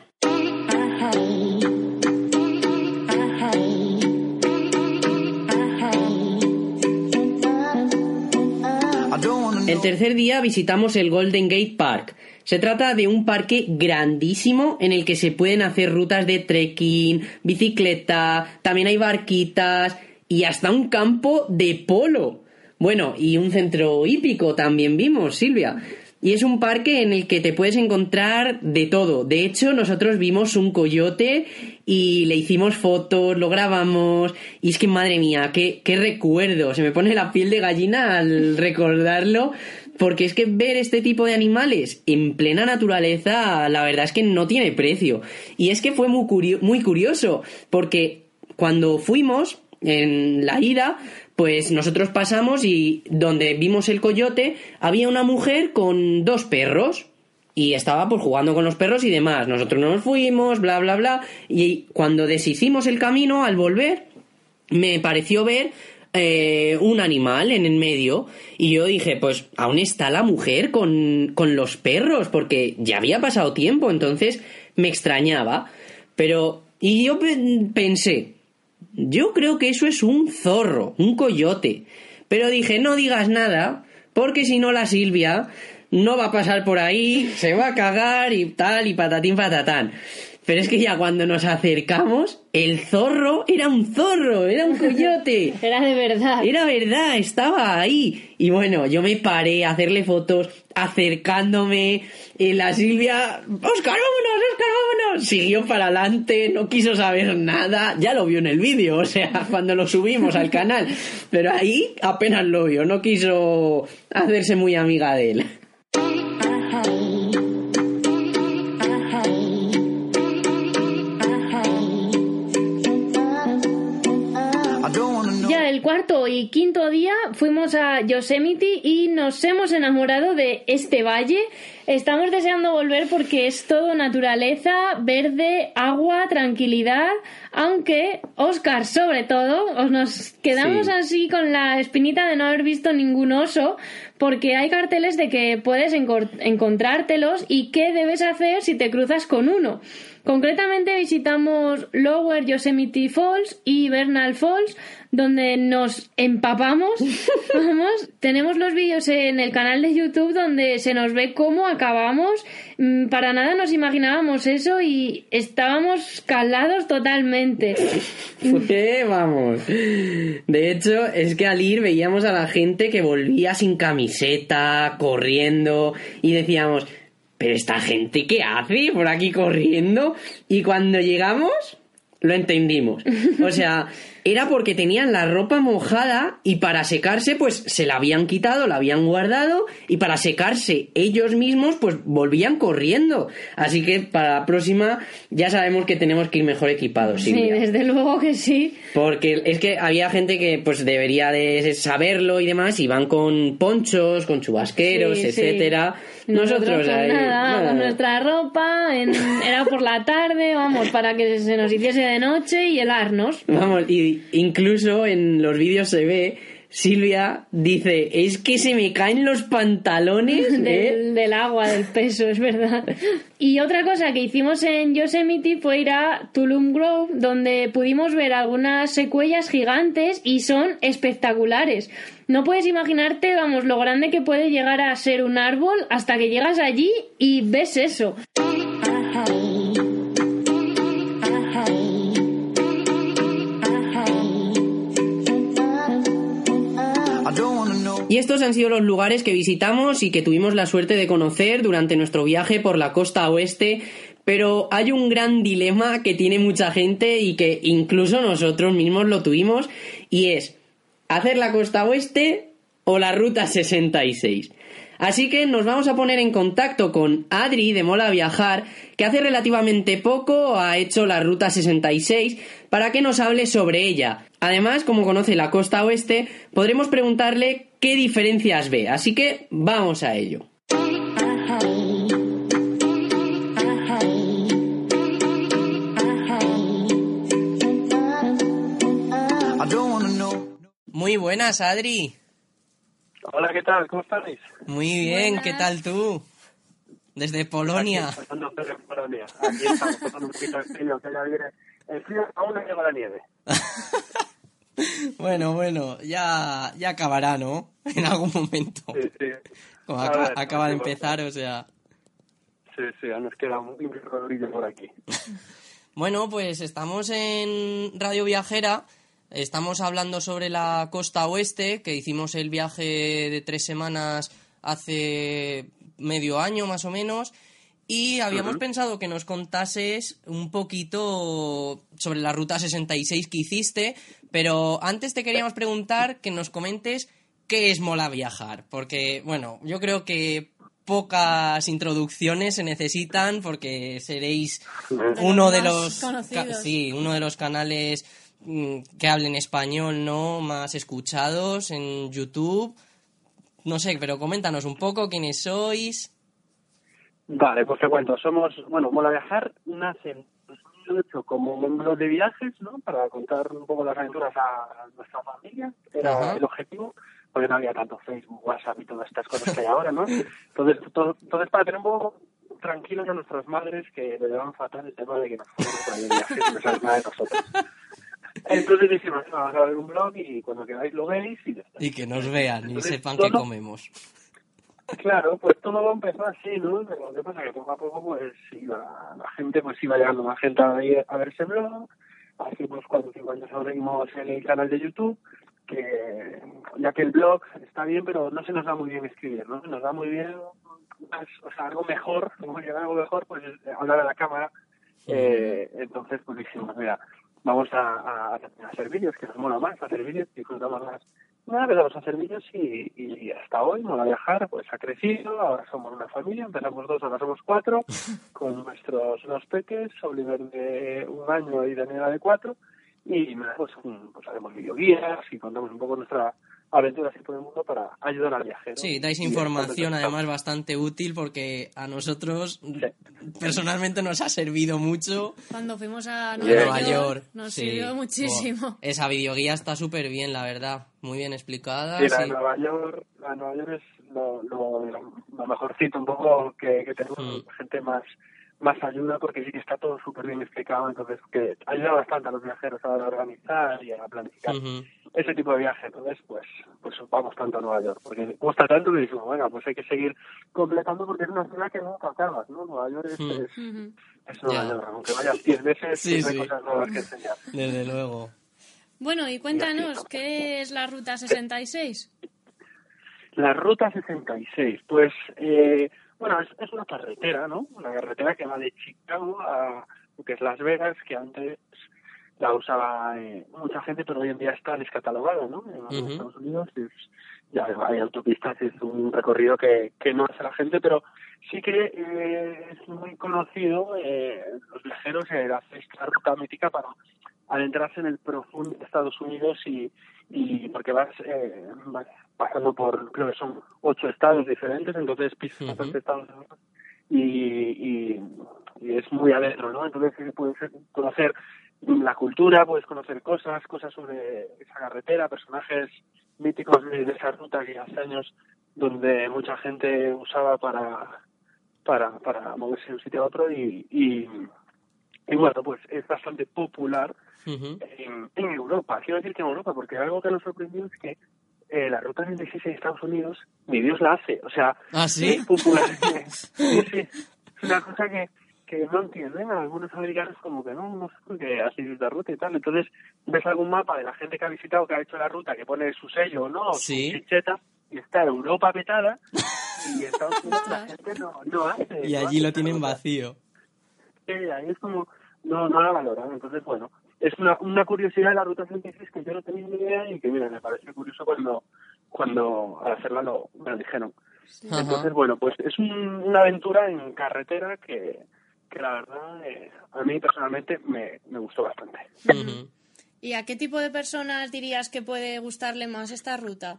El tercer día visitamos el Golden Gate Park. Se trata de un parque grandísimo en el que se pueden hacer rutas de trekking, bicicleta, también hay barquitas y hasta un campo de polo. Bueno, y un centro hípico también vimos, Silvia. Y es un parque en el que te puedes encontrar de todo. De hecho, nosotros vimos un coyote y le hicimos fotos, lo grabamos. Y es que, madre mía, qué, qué recuerdo. Se me pone la piel de gallina al recordarlo. Porque es que ver este tipo de animales en plena naturaleza, la verdad es que no tiene precio. Y es que fue muy, curio- muy curioso, porque cuando fuimos en la ida, pues nosotros pasamos y donde vimos el coyote había una mujer con dos perros y estaba pues jugando con los perros y demás. Nosotros no nos fuimos, bla bla bla, y cuando deshicimos el camino al volver me pareció ver eh, un animal en el medio y yo dije, pues aún está la mujer con, con los perros, porque ya había pasado tiempo, entonces me extrañaba. Pero y yo pensé, yo creo que eso es un zorro, un coyote. Pero dije, no digas nada, porque si no la Silvia no va a pasar por ahí, se va a cagar y tal, y patatín patatán. Pero es que ya cuando nos acercamos, el zorro era un zorro, era un coyote. Era de verdad. Era verdad, estaba ahí. Y bueno, yo me paré a hacerle fotos, acercándome. Y la Silvia, ¡Óscar, vámonos, Óscar, vámonos! Siguió para adelante, no quiso saber nada. Ya lo vio en el vídeo, o sea, cuando lo subimos al canal. Pero ahí apenas lo vio, no quiso hacerse muy amiga de él. El cuarto y quinto día fuimos a Yosemite y nos hemos enamorado de este valle. Estamos deseando volver porque es todo naturaleza, verde, agua, tranquilidad, aunque Óscar sobre todo, os nos quedamos sí. así con la espinita de no haber visto ningún oso, porque hay carteles de que puedes encor- encontrártelos y qué debes hacer si te cruzas con uno. Concretamente visitamos Lower Yosemite Falls y Bernal Falls, donde nos empapamos. Vamos, tenemos los vídeos en el canal de YouTube donde se nos ve cómo acabamos. Para nada nos imaginábamos eso y estábamos calados totalmente. Pues vamos. De hecho, es que al ir veíamos a la gente que volvía sin camiseta, corriendo, y decíamos, ¿pero esta gente qué hace por aquí corriendo? Y cuando llegamos, lo entendimos. O sea, era porque tenían la ropa mojada y para secarse, pues se la habían quitado, la habían guardado, y para secarse ellos mismos, pues volvían corriendo. Así que para la próxima ya sabemos que tenemos que ir mejor equipados, Silvia. Sí, desde luego que sí. Porque es que había gente que pues debería de saberlo y demás, y van con ponchos, con chubasqueros, sí, etcétera. Sí. Nosotros, Nosotros ahí, nada, nada, con nuestra ropa, en, era por la tarde, vamos, para que se nos hiciese de noche y helarnos. Vamos, y incluso en los vídeos se ve, Silvia dice, es que se me caen los pantalones del, ¿eh? del agua, del peso, es verdad. Y otra cosa que hicimos en Yosemite fue ir a Tulum Grove, donde pudimos ver algunas secuoyas gigantes y son espectaculares. No puedes imaginarte, vamos, lo grande que puede llegar a ser un árbol hasta que llegas allí y ves eso. Y estos han sido los lugares que visitamos y que tuvimos la suerte de conocer durante nuestro viaje por la costa oeste. Pero hay un gran dilema que tiene mucha gente y que incluso nosotros mismos lo tuvimos, y es ¿hacer la costa oeste o la ruta sesenta y seis? Así que nos vamos a poner en contacto con Adri de Mola Viajar, que hace relativamente poco ha hecho la ruta sesenta y seis, para que nos hable sobre ella. Además, como conoce la costa oeste, podremos preguntarle qué diferencias ve. Así que vamos a ello. Muy buenas, Adri. Hola, ¿qué tal? ¿Cómo estáis? Muy bien, buenas. ¿Qué tal tú? Desde Polonia. Aquí, pasando en Polonia. Aquí estamos, pasando un poquito de frío, que ya viene. El frío aún no llega la nieve. Bueno, bueno, ya, ya acabará, ¿no? En algún momento. Sí, sí. Como acaba, ver, acaba de empezar, o sea... Sí, sí, aún nos queda un recorrido por aquí. Bueno, pues estamos en Radio Viajera. Estamos hablando sobre la costa oeste, que hicimos el viaje de tres semanas hace medio año más o menos, y habíamos uh-huh. pensado que nos contases un poquito sobre la ruta sesenta y seis que hiciste, pero antes te queríamos preguntar que nos comentes qué es Mola Viajar, porque, bueno, yo creo que pocas introducciones se necesitan porque seréis uno de los, ca- sí, uno de los canales que hablen español, ¿no?, más escuchados en YouTube. No sé, pero coméntanos un poco quiénes sois. Vale, pues te cuento. Somos, bueno, Mola Viajar nace en dos mil ocho como un blog de viajes, ¿no?, para contar un poco las aventuras a nuestra familia. Era Ajá. el objetivo, porque no había tanto Facebook, WhatsApp y todas estas cosas que hay ahora, ¿no? Entonces, todo, entonces para tener un poco tranquilos a nuestras madres, que le llevaban fatal el tema de que nos fuéramos por ahí de viajes, no saben nada de nosotros. Entonces dijimos, vamos a ver un blog y cuando queráis lo veis y ya está. Y que nos vean. Entonces, y sepan todo... que comemos. Claro, pues todo empezó así, ¿no? Lo que pasa es que poco a poco, pues, iba, la gente, pues, iba llegando más gente a, ver- a ver ese blog. Hace unos cuatro o cinco años abrimos el canal de YouTube, que ya que el blog está bien, pero no se nos da muy bien escribir, ¿no? Nos da muy bien, más, o sea, algo mejor, como llegar algo mejor, pues, es hablar a la cámara. Eh, entonces, pues, dijimos, mira, vamos a, a, a hacer vídeos, que nos mola más hacer vídeos, disfrutamos más. Nada, empezamos a hacer vídeos y, y hasta hoy, Mola Viajar, pues ha crecido, ahora somos una familia, empezamos dos, ahora somos cuatro, con nuestros dos peques, Oliver de un año y Daniela de cuatro, y nada, pues, pues haremos videoguías y contamos un poco nuestra aventura así por el mundo para ayudar al viajero. Sí, dais información además bastante útil porque a nosotros Sí. personalmente nos ha servido mucho. Cuando fuimos a Nueva Nueva York, York, nos sí. sirvió muchísimo. Oh, esa videoguía está súper bien, la verdad. Muy bien explicada. Sí, la de sí. Nueva York, la de Nueva York es lo, lo, lo mejorcito un poco que, que tenemos Mm. gente más más ayuda porque sí que está todo súper bien explicado, entonces que ayuda bastante a los viajeros a organizar y a planificar Uh-huh. ese tipo de viaje. Entonces, pues pues vamos tanto a Nueva York, porque cuesta tanto que decimos, venga, pues hay que seguir completando porque es una ciudad que nunca acabas, ¿no? Nueva York es, Mm. es, Ujú. es Nueva Ya. York, aunque vayas diez veces, Sí, siempre sí. hay cosas nuevas que enseñar. Desde luego. Bueno, y cuéntanos, ¿qué es la Ruta sesenta y seis? La Ruta sesenta y seis, pues, eh, bueno, es, es una carretera, ¿no? Una carretera que va de Chicago a lo que es Las Vegas, que antes la usaba eh, mucha gente, pero hoy en día está descatalogada, ¿no? En Uh-huh. Estados Unidos es, ya hay autopistas, es un recorrido que, que no hace la gente, pero sí que eh, es muy conocido, eh, los viajeros, eh, hacer esta ruta mítica para adentrarse en el profundo de Estados Unidos y, y porque vas, eh, vas pasando por, creo que son ocho estados diferentes, entonces pisas Ujú. bastante Estados Unidos y, y, y es muy adentro, ¿no? Entonces eh, puedes conocer la cultura, puedes conocer cosas, cosas sobre esa carretera, personajes míticos de, de esa ruta que hace años donde mucha gente usaba para para para moverse de un sitio a otro y, y, y bueno, pues es bastante popular Uh-huh. en, en Europa. Quiero decir que en Europa, porque algo que nos sorprendió es que eh, la Ruta treinta y seis en Estados Unidos, mi Dios la hace. O sea, ¿Ah, sí? es popular. Sí, sí. Es una cosa que, que no entienden algunos americanos, como que no, no sé por qué así es la ruta y tal. Entonces, ves algún mapa de la gente que ha visitado, que ha hecho la ruta, que pone su sello, ¿no? O Sí. su chicheta, y está Europa petada, y en Estados Unidos la gente no, no hace. Y no allí hace lo esa tienen ruta. vacío. Sí, ahí es como, no, no la valoran. Entonces, bueno, es una, una curiosidad de la Ruta treinta y seis que yo no tenía ni idea y que, mira, me pareció curioso cuando, cuando al hacerla lo, me lo dijeron. Ajá. Entonces, bueno, pues es un, una aventura en carretera que, que la verdad, eh, a mí personalmente me, me gustó bastante. Uh-huh. ¿Y a qué tipo de personas dirías que puede gustarle más esta ruta?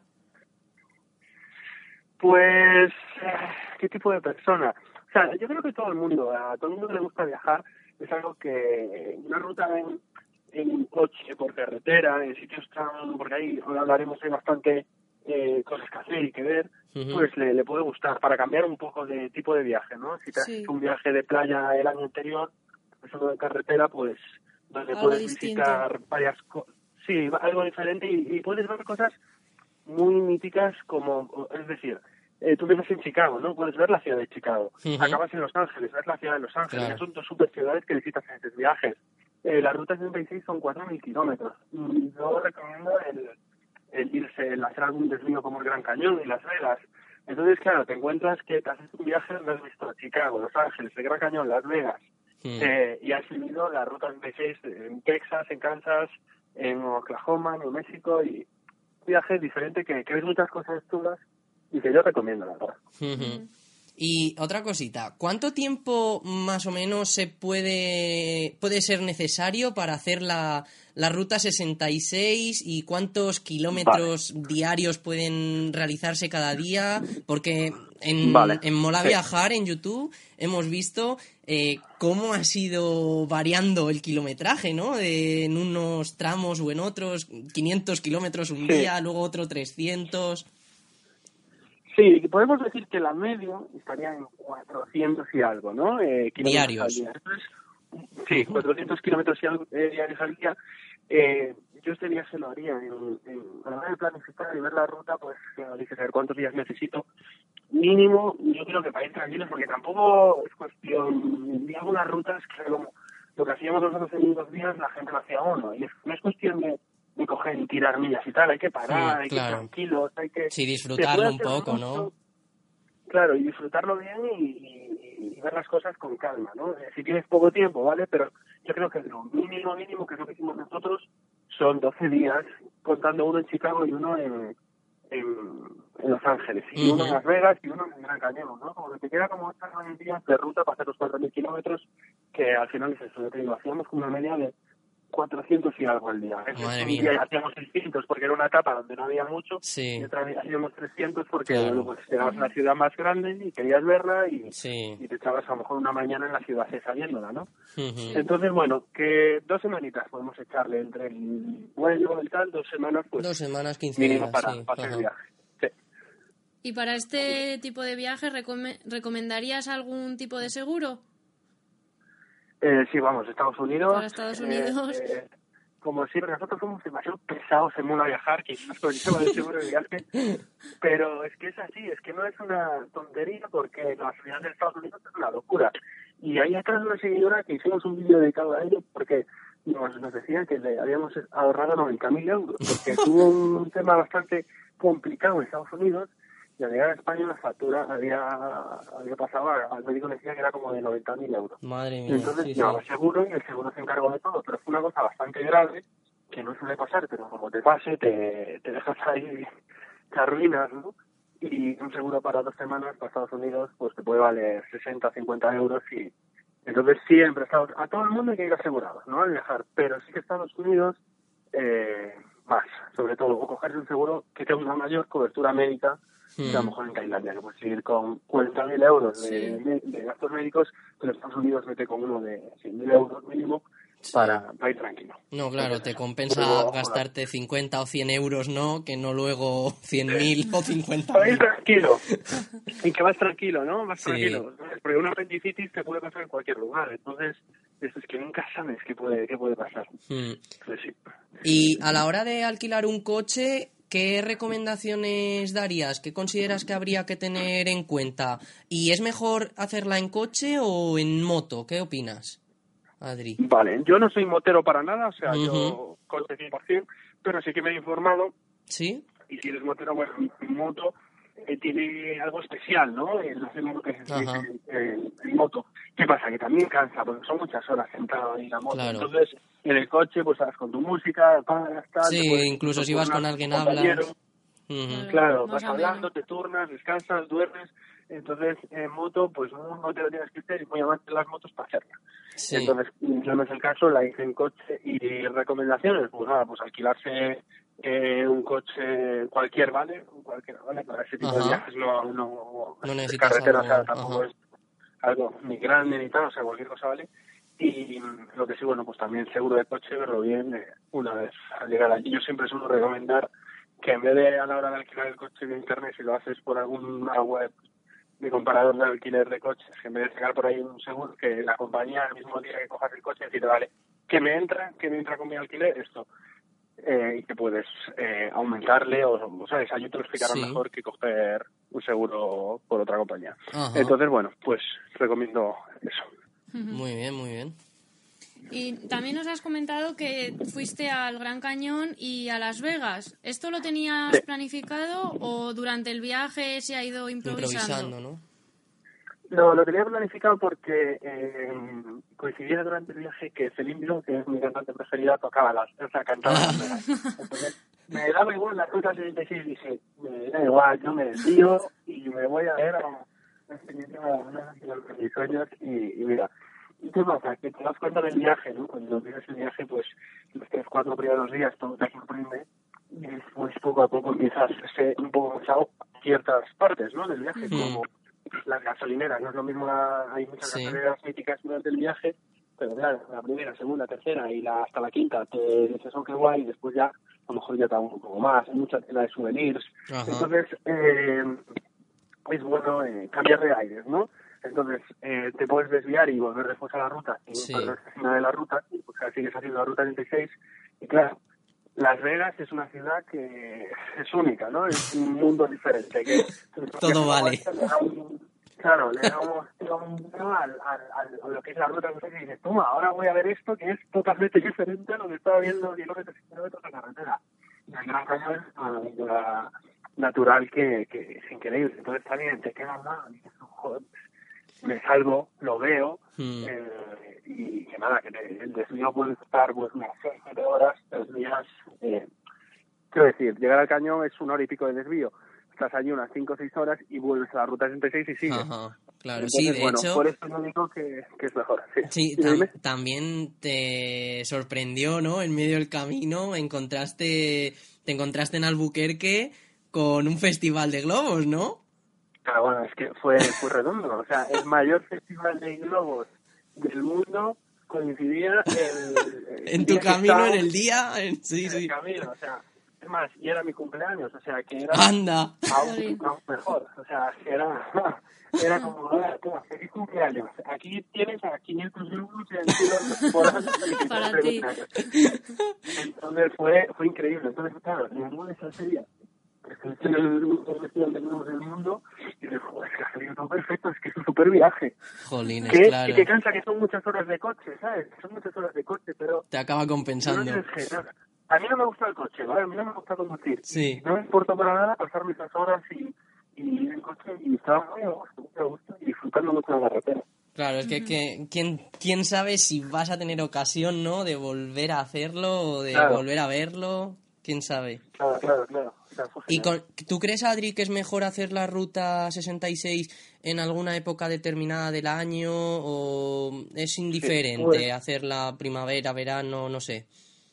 Pues, eh, ¿qué tipo de persona? O sea, yo creo que todo el mundo, a todo el mundo que le gusta viajar, es algo que una ruta en, en coche, por carretera, en sitios tan, porque ahí ahora hablaremos, hay bastante eh, cosas que hacer y que ver, Uh-huh. pues le, le puede gustar para cambiar un poco de tipo de viaje, ¿no? Si te has Sí. hecho un viaje de playa el año anterior, pues uno de carretera, pues donde Algo puedes distinto. visitar varias cosas, sí, algo diferente y, y puedes ver cosas muy míticas como, es decir, eh, tú vives en Chicago, ¿no? Puedes ver la ciudad de Chicago. Ujú. Acabas en Los Ángeles, ves la ciudad de Los Ángeles. Claro. Son dos super ciudades que visitas en estos viajes. Eh, la ruta sesenta y seis son cuatro mil kilómetros. Y yo recomiendo el, el irse, el hacer algún desvío como el Gran Cañón y Las Vegas. Entonces, claro, te encuentras que te haces un viaje donde has visto Chicago, Los Ángeles, el Gran Cañón, Las Vegas. Mm. Eh, y has vivido la ruta sesenta y seis en Texas, en Kansas, en Oklahoma, New México y un viaje diferente que, que ves muchas cosas chulas y que yo recomiendo, la verdad. Ujú. Y otra cosita, ¿cuánto tiempo más o menos se puede puede ser necesario para hacer la, la ruta sesenta y seis y cuántos kilómetros diarios pueden realizarse cada día? Porque en, Vale. en Mola Sí. Viajar, en YouTube, hemos visto eh, cómo ha sido variando el kilometraje, ¿no? De- en unos tramos o en otros, quinientos kilómetros un Sí. día, luego otro trescientos. Sí, podemos decir que la media estaría en cuatrocientos y algo, ¿no? Eh, kilómetros Diarios. al día. Entonces, sí, cuatrocientos kilómetros y algo, eh, diarios al día. Eh, yo este viaje lo haría en, en, a la hora de planificar y ver la ruta, pues, claro, dices, a ver cuántos días necesito. mínimo, yo creo que para ir tranquilos, porque tampoco es cuestión de algunas rutas que como lo que hacíamos nosotros en dos días, la gente lo hacía uno, y es, no es cuestión de, de coger y tirar millas y tal, hay que parar, sí, hay claro. que ir tranquilos, hay que... Sí, disfrutarlo un poco, mucho, ¿no? Claro, y disfrutarlo bien y, y, y ver las cosas con calma, ¿no? Si tienes poco tiempo, ¿vale? Pero yo creo que lo mínimo, mínimo, que es lo que hicimos nosotros, son doce días, contando uno en Chicago y uno en... En, en Los Ángeles, y uh-huh. uno en Las Vegas y uno en Gran Cañón, ¿no? Como que te queda como estas nueve días de ruta para hacer los cuatro mil kilómetros, que al final es eso, yo te digo, hacíamos como una media de cuatrocientos y algo al día. Eso Madre un mía. día hacíamos seiscientos porque era una etapa donde no había mucho, sí. y otra vez hacíamos trescientos porque claro. bueno, pues llegabas a una ciudad más grande y querías verla y, sí. y te echabas a lo mejor una mañana en la ciudad esa viéndola, ¿no? Uh-huh. Entonces, bueno, que dos semanitas podemos echarle entre el vuelo y tal, dos semanas, pues dos semanas, quince mínimo días, para, sí. para hacer el viaje. ¿Y para este tipo de viaje recom- recomendarías algún tipo de seguro? Eh, sí, vamos, Estados Unidos. Para Estados Unidos. Eh, eh, como siempre, nosotros somos demasiado pesados en Mola Viajar, quizás con el tema del seguro de viaje, pero es que es así, es que no es una tontería porque la ciudad de Estados Unidos es una locura. Y ahí atrás una seguidora que hicimos un vídeo dedicado a ello porque nos, nos decía que le habíamos ahorrado noventa mil euros, porque tuvo un tema bastante complicado en Estados Unidos. Y al llegar a España la factura había, había pasado, al médico le decía que era como de noventa mil euros. Madre mía. Y entonces sí, llevaba sí. seguro y el seguro se encargó de todo, pero fue una cosa bastante grave que no suele pasar, pero como te pase, te, te dejas ahí, te arruinas, ¿no? Y un seguro para dos semanas para Estados Unidos pues te puede valer sesenta, cincuenta euros y entonces siempre Estados, a todo el mundo hay que ir asegurado, no al viajar, pero sí que Estados Unidos eh, más, sobre todo, o cogerse un seguro que tenga una mayor cobertura médica. Hmm. Que a lo mejor en Tailandia que puedes ir con cuarenta mil euros de, sí. de, de gastos médicos, pero Estados Unidos mete con uno de cien mil euros mínimo sí. para, para ir tranquilo. No, claro, te compensa luego, gastarte joder. cincuenta o cien euros, ¿no? Que no luego cien mil o cincuenta mil. Para ir tranquilo. Y que vas tranquilo, ¿no? Vas sí. tranquilo. Porque una apendicitis te puede pasar en cualquier lugar. Entonces, eso es que nunca sabes qué puede, qué puede pasar. Hmm. Entonces, sí. Y a la hora de alquilar un coche, ¿qué recomendaciones darías? ¿Qué consideras que habría que tener en cuenta? ¿Y es mejor hacerla en coche o en moto? ¿Qué opinas, Adri? Vale, yo no soy motero para nada, o sea, uh-huh. yo coche cien por ciento, pero sí que me he informado. ¿Sí? Y si eres motero, bueno, mi moto eh, tiene algo especial, ¿no? El hacer lo que es en, en, en moto. ¿Qué pasa? Que también cansa, porque son muchas horas sentado en la moto. Claro. Entonces, en el coche, pues vas con tu música, pagas, tal. Sí, puedes, incluso si vas con alguien hablas. Uh-huh. Claro, vas hablando, te turnas, descansas, duermes. Entonces, en moto, pues no te lo tienes que hacer y muy amante de las motos para hacerla. Sí. Entonces, yo no es el caso, la hice en coche y recomendaciones, pues nada, pues alquilarse eh, un coche cualquier, ¿vale? Cualquiera, ¿vale? Para ese tipo Ajá. de viajes no, no, no necesitas carretera, algo, o sea, tampoco Ajá. es algo ni grande ni tal, o sea, cualquier cosa, ¿vale? Y lo que sí, bueno, pues también seguro de coche, verlo bien eh, una vez al llegar allí. Yo siempre suelo recomendar que en vez de a la hora de alquilar el coche de internet, si lo haces por alguna web de comparador de alquiler de coches, que en vez de sacar por ahí un seguro, que la compañía el mismo día que cojas el coche decirte, vale, que me entra, que me entra con mi alquiler, esto, eh, y que puedes eh, aumentarle, o, o sabes, allí te lo explicará sí. mejor que coger un seguro por otra compañía. Ajá. Entonces, bueno, pues recomiendo eso. Muy bien, muy bien. Y también nos has comentado que fuiste al Gran Cañón y a Las Vegas. ¿Esto lo tenías sí. planificado o durante el viaje se ha ido improvisando? Improvisando, ¿no? No, lo tenía planificado porque eh, coincidía durante el viaje que Celine Dion, que es mi cantante preferida, tocaba las, o sea, cantaba las Vegas. Entonces, me daba igual la ruta setenta y seis y dije, me da igual, yo me desvío y me voy a ver a una experiencia de mis sueños y, y mira. ¿Y qué pasa? Que te das cuenta del viaje, ¿no? Cuando vives el viaje, pues los tres, cuatro primeros días todo te sorprende y después poco a poco empiezas a ser un poco cansado ciertas partes, ¿no? Del viaje, mm. como las gasolineras. No es lo mismo, la, hay muchas sí. gasolineras míticas durante el viaje, pero claro, la primera, segunda, tercera y la hasta la quinta te dices, oh, qué guay, y después ya a lo mejor ya te da un poco más, hay mucha tela de souvenirs. Ajá. Entonces, eh, es bueno eh, cambiar de aires, ¿no? Entonces, eh, te puedes desviar y volver después a la ruta, y sí. perder el final de la ruta, y pues sigues haciendo la ruta treinta y seis, y claro, Las Vegas es una ciudad que es única, ¿no? Es un mundo diferente. Que, Todo vale. Claro, le damos un al, al, al, a lo que es la ruta que dices, toma, ahora voy a ver esto que es totalmente diferente a lo que estaba viendo kilómetros y kilómetros de carretera. Y el Gran Cañón es una aventura natural que, que es increíble. Entonces también te quedas mal y dices, joder, me salgo, lo veo, mm. eh, y que nada, que te, el desvío puede estar pues unas seis, siete horas, tres días. Eh, quiero decir, llegar al cañón es una hora y pico de desvío. Estás allí unas cinco o seis horas y vuelves a la ruta sesenta y seis y sigues. Ajá, claro, entonces, sí, de bueno, hecho... por eso yo digo que, que es mejor. Sí, sí tam- también te sorprendió, ¿no? En medio del camino encontraste, te encontraste en Albuquerque con un festival de globos, ¿no? Claro, bueno, es que fue, fue redondo. O sea, el mayor festival de globos del mundo coincidía el, el en tu camino, en el día, en, sí, en sí. el camino, o sea... Es más, y era mi cumpleaños, o sea, que era ¡Anda! Aún, aún mejor, o sea, era, era como, toma, feliz cumpleaños, aquí tienes a quinientos euros en kilos por año. Para ti. Entonces fue, fue increíble, entonces claro, llegó esa serie, que es el festival de globos del mundo, y dije, joder, es que ha salido todo perfecto, es que es un súper viaje. Jolines, que, claro. Y que cansa que son muchas horas de coche, ¿sabes? Son muchas horas de coche, pero... Te acaba compensando. No a mí no me gusta el coche, ¿vale? A mí no me gusta conducir. Sí. No me importa para nada pasarme esas horas y, y ir en coche y estaba muy a gusto, muy a gusto y disfrutando mucho de la carretera. Claro, es que, que ¿quién, quién sabe si vas a tener ocasión, ¿no? De volver a hacerlo o de claro. volver a verlo. ¿Quién sabe? Claro, claro, claro. claro ¿Y con, tú crees, Adri, que es mejor hacer la ruta sesenta y seis en alguna época determinada del año o es indiferente sí, pues... hacerla primavera, verano, no sé?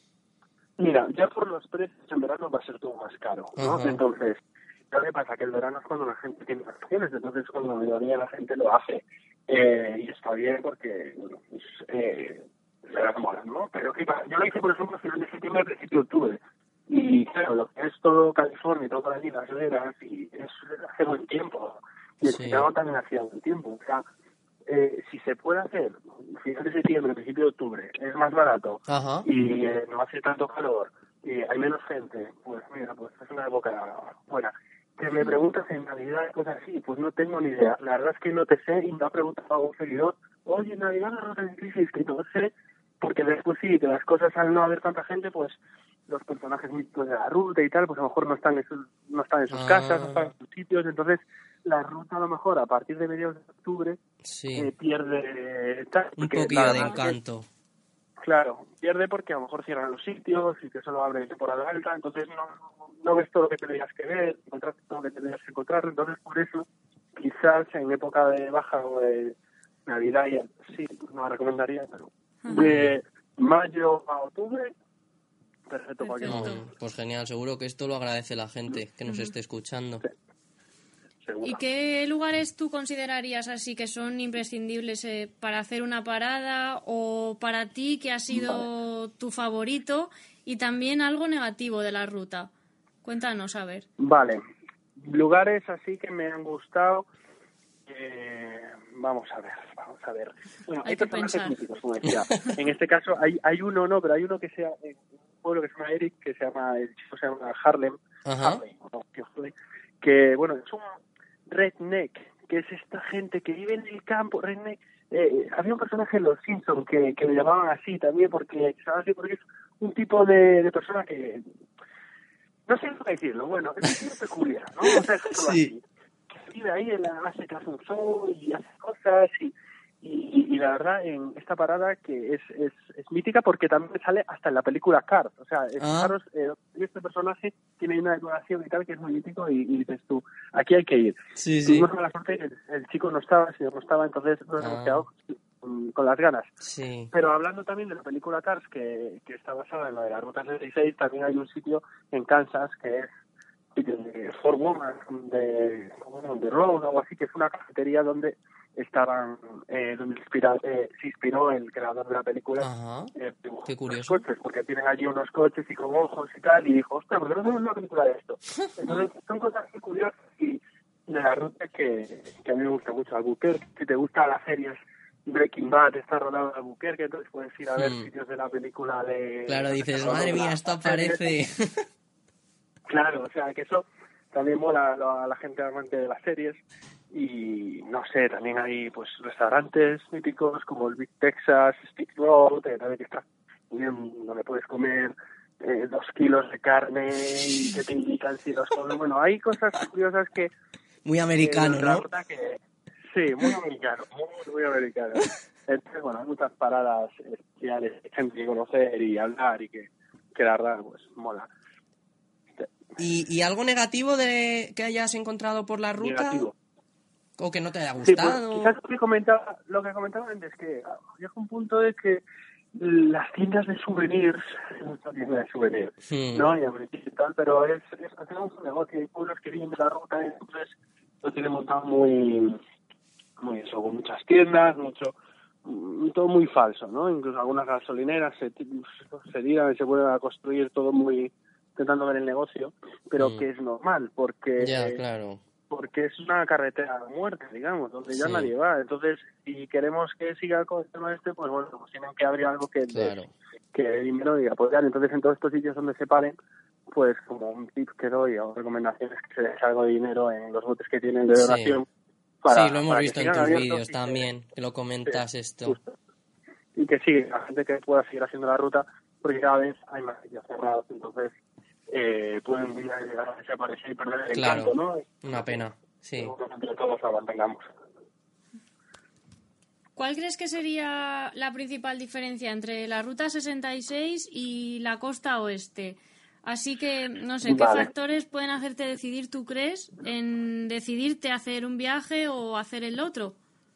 Mira, ya por los precios en verano va a ser todo más caro, ¿no? Uh-huh. Entonces, ¿qué pasa? Que el verano es cuando la gente tiene vacaciones, entonces cuando la mayoría de la gente lo hace. Eh, y está bien porque, bueno, pues, eh, le da moda, ¿no? Pero ¿qué pasa? Yo lo hice, por ejemplo, a final de septiembre, principio de octubre. Y claro, lo que es todo California y todo allí, las veras, y es hace buen tiempo. Y el Chicago sí. también hacía buen tiempo. O sea, eh, si se puede hacer final de septiembre, principio de octubre, es más barato uh-huh. y eh, no hace tanto calor y hay menos gente, pues mira, pues es una época buena. Que me preguntas en Navidad y cosas así, pues no tengo ni idea. La verdad es que no te sé y me ha preguntado un seguidor, oye, en Navidad la ruta de crisis, que no sé, porque después sí, que las cosas al no haber tanta gente, pues los personajes míticos de la ruta y tal, pues a lo mejor no están en sus, no están en sus uh-huh. casas, no están en sus sitios, entonces la ruta a lo mejor a partir de mediados de octubre sí. eh, pierde tal, un poquillo de encanto. Que, claro, pierde porque a lo mejor cierran los sitios y que solo abre temporada alta, entonces no, no ves todo lo que tenías que ver, encontraste todo lo que tenías que encontrar, entonces por eso quizás en época de baja o de Navidad ya, sí, no la recomendaría, pero uh-huh. de mayo a octubre perfecto, para que no... Pues genial, seguro que esto lo agradece la gente que nos uh-huh. esté escuchando. Sí. ¿Y qué lugares tú considerarías así que son imprescindibles eh, para hacer una parada o para ti que ha sido vale. tu favorito y también algo negativo de la ruta? Cuéntanos, a ver. Vale, lugares así que me han gustado, eh, vamos a ver, vamos a ver. Bueno, hay, hay que personajes pensar. míticos, como decía. En este caso hay hay uno, no, pero hay uno que sea en un pueblo que se llama Eric, que se llama, el chico se llama Harlem, uh-huh. Harlem, no, que bueno, es un redneck, que es esta gente que vive en el campo, redneck. Eh, había un personaje en Los Simpsons que, que le llamaban así también, porque, ¿sabes? Porque es un tipo de, de persona que, no sé cómo decirlo, bueno, es un tipo peculiar, ¿no? O sea, es sí. así, que vive ahí, en la, hace que hace un show y hace cosas y, y, y la verdad en esta parada que es, es, es mítica porque también sale hasta en la película Cars, o sea, ah. Cars, eh, este personaje tiene una decoración y tal que es muy mítico y, y dices tú, aquí hay que ir. Sí, sí. Tuvimos mala suerte, el, el chico no estaba, el señor no estaba, entonces nos ah. hemos quedado con, con las ganas. Sí. Pero hablando también de la película Cars, que, que está basada en la de la Ruta sesenta y seis, también hay un sitio en Kansas que es de Fort Woman, de, bueno, de Road o algo así, que es una cafetería donde estaban, eh, donde inspira, eh, se inspiró el creador de la película. Ajá. Eh, Qué curioso. Coches, porque tienen allí unos coches y con ojos y tal, y dijo, ostras, ¿por qué no hacemos una película de esto? Entonces, son cosas muy curiosas y de la ruta que, que a mí me gusta mucho. Albuquerque, si te gustan las series Breaking Bad está rodado en Albuquerque, entonces puedes ir a ver Hmm. sitios de la película de... Claro, dices, madre mía, esto aparece. Claro, o sea, que eso también mola a la gente amante de las series. Y no sé, también hay pues restaurantes míticos como el Big Texas, Stick Road, que también está muy bien, donde puedes comer eh, dos kilos de carne y que te indican si los comes. Bueno, hay cosas curiosas que... Muy americano, eh, ¿no? Que, sí, muy americano, muy, muy americano. Entonces, bueno, hay muchas paradas especiales, gente que conocer y hablar y que, que la verdad, pues, mola. ¿Y, ¿Y algo negativo de que hayas encontrado por la ruta? Negativo. ¿O que no te haya Sí, pues gustado? quizás lo que comentaba, lo que comentaba antes, que llega un punto de que las tiendas de souvenirs, no son tiendas de souvenirs, Hmm. ¿no? Y y tal, pero es, es hacemos un negocio, hay pueblos que vienen de la ruta, entonces lo tienen montado muy, muy eso, con muchas tiendas, mucho, todo muy falso, ¿no? Incluso algunas gasolineras se, se tiran y se vuelven a construir todo muy, intentando ver el negocio, pero Hmm. que es normal, porque... Ya, claro. porque es una carretera muerta, digamos, donde ya Sí. nadie va. Entonces, si queremos que siga con el tema este, pues bueno, pues tienen que abrir algo que Claro. que dé dinero y apoyar. Entonces, en todos estos sitios donde se paren, pues como un tip que doy o recomendaciones que se deje algo de dinero en los botes que tienen de donación. Sí. Para, Sí, lo hemos para visto que en sigan tus abiertos vídeos y también, que lo que, comentas sí, esto. justo. Y que sigue, la gente que pueda seguir haciendo la ruta, porque cada vez hay más sitios cerrados, entonces eh, pueden llegar a desaparecer y perder el Claro, encanto, ¿no? una pena, sí. Entre todos la mantengamos. ¿Cuál crees que sería la principal diferencia entre la Ruta sesenta y seis y la costa oeste? Así que, no sé, ¿qué Vale. factores pueden hacerte decidir, tú crees, en decidirte a hacer un viaje o hacer el otro?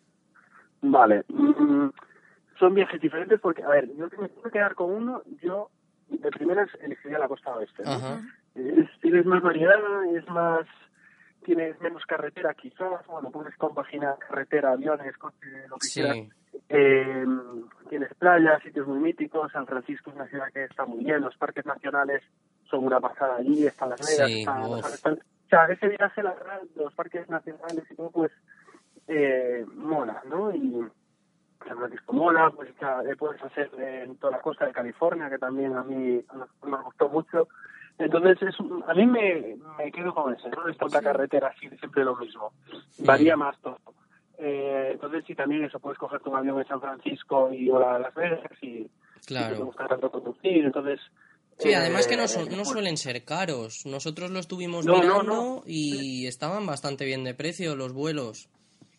Vale. Mm, son viajes diferentes porque, a ver, yo que me tengo que quedar con uno, yo de primeras elegiría la costa oeste, ¿no? Ajá. Es, tienes más variedad, es más... tienes menos carretera quizás, bueno, puedes compaginar carretera, aviones, coche, lo que Sí. quieras. Eh, tienes playas, sitios muy míticos, San Francisco es una ciudad que está muy bien, los parques nacionales son una pasada allí, están Las Vegas, Sí, están, uf. están- o sea, ese viaje, la verdad, los parques nacionales y todo, pues, eh, mola, ¿no? Y San Francisco mola, pues ya, eh, puedes hacer en toda la costa de California, que también a mí a nosotros nos gustó mucho. Entonces, es un- a mí me, me quedo con ese, no es tanta carretera así, siempre lo mismo. Varía Mm. más todo. Eh, entonces, sí, también eso, puedes coger tu avión en San Francisco y volar a Las Vegas y, Claro. y no te gusta tanto conducir, entonces... Sí, además que no, eh, son, no pues, suelen ser caros. Nosotros lo estuvimos No, no, mirando no. y estaban bastante bien de precio los vuelos.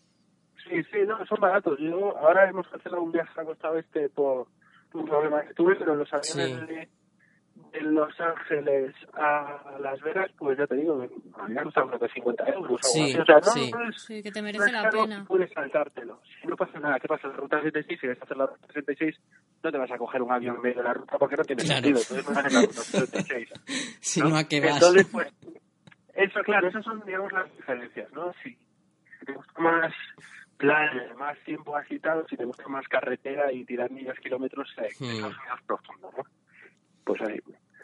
Sí, sí, no, son baratos. Yo ahora hemos cancelado un viaje a Costa Oeste por un problema que tuve, pero los aviones Sí. de, de Los Ángeles a Las Vegas, pues ya te digo, a mí me han costado creo que cincuenta euros o algo Sí, así. O sea, no, sí. no es, Sí, que te no merece es la caro pena. y puedes saltártelo. Si no pasa nada, ¿qué pasa? La ruta setenta y seis, si vas a hacer la ruta setenta y seis, no te vas a coger un avión en medio de la ruta porque no tiene Claro. sentido. Entonces no haces la ruta setenta y seis. Si ¿no? no, ¿a qué vas? Entonces, pues, eso, claro, esas son, digamos, las diferencias, ¿no? Si te gusta más playa, más tiempo agitado, si te gusta más carretera y tirar millas, kilómetros, eh, Hmm. Estados Unidos profundo, ¿no? Pues ahí.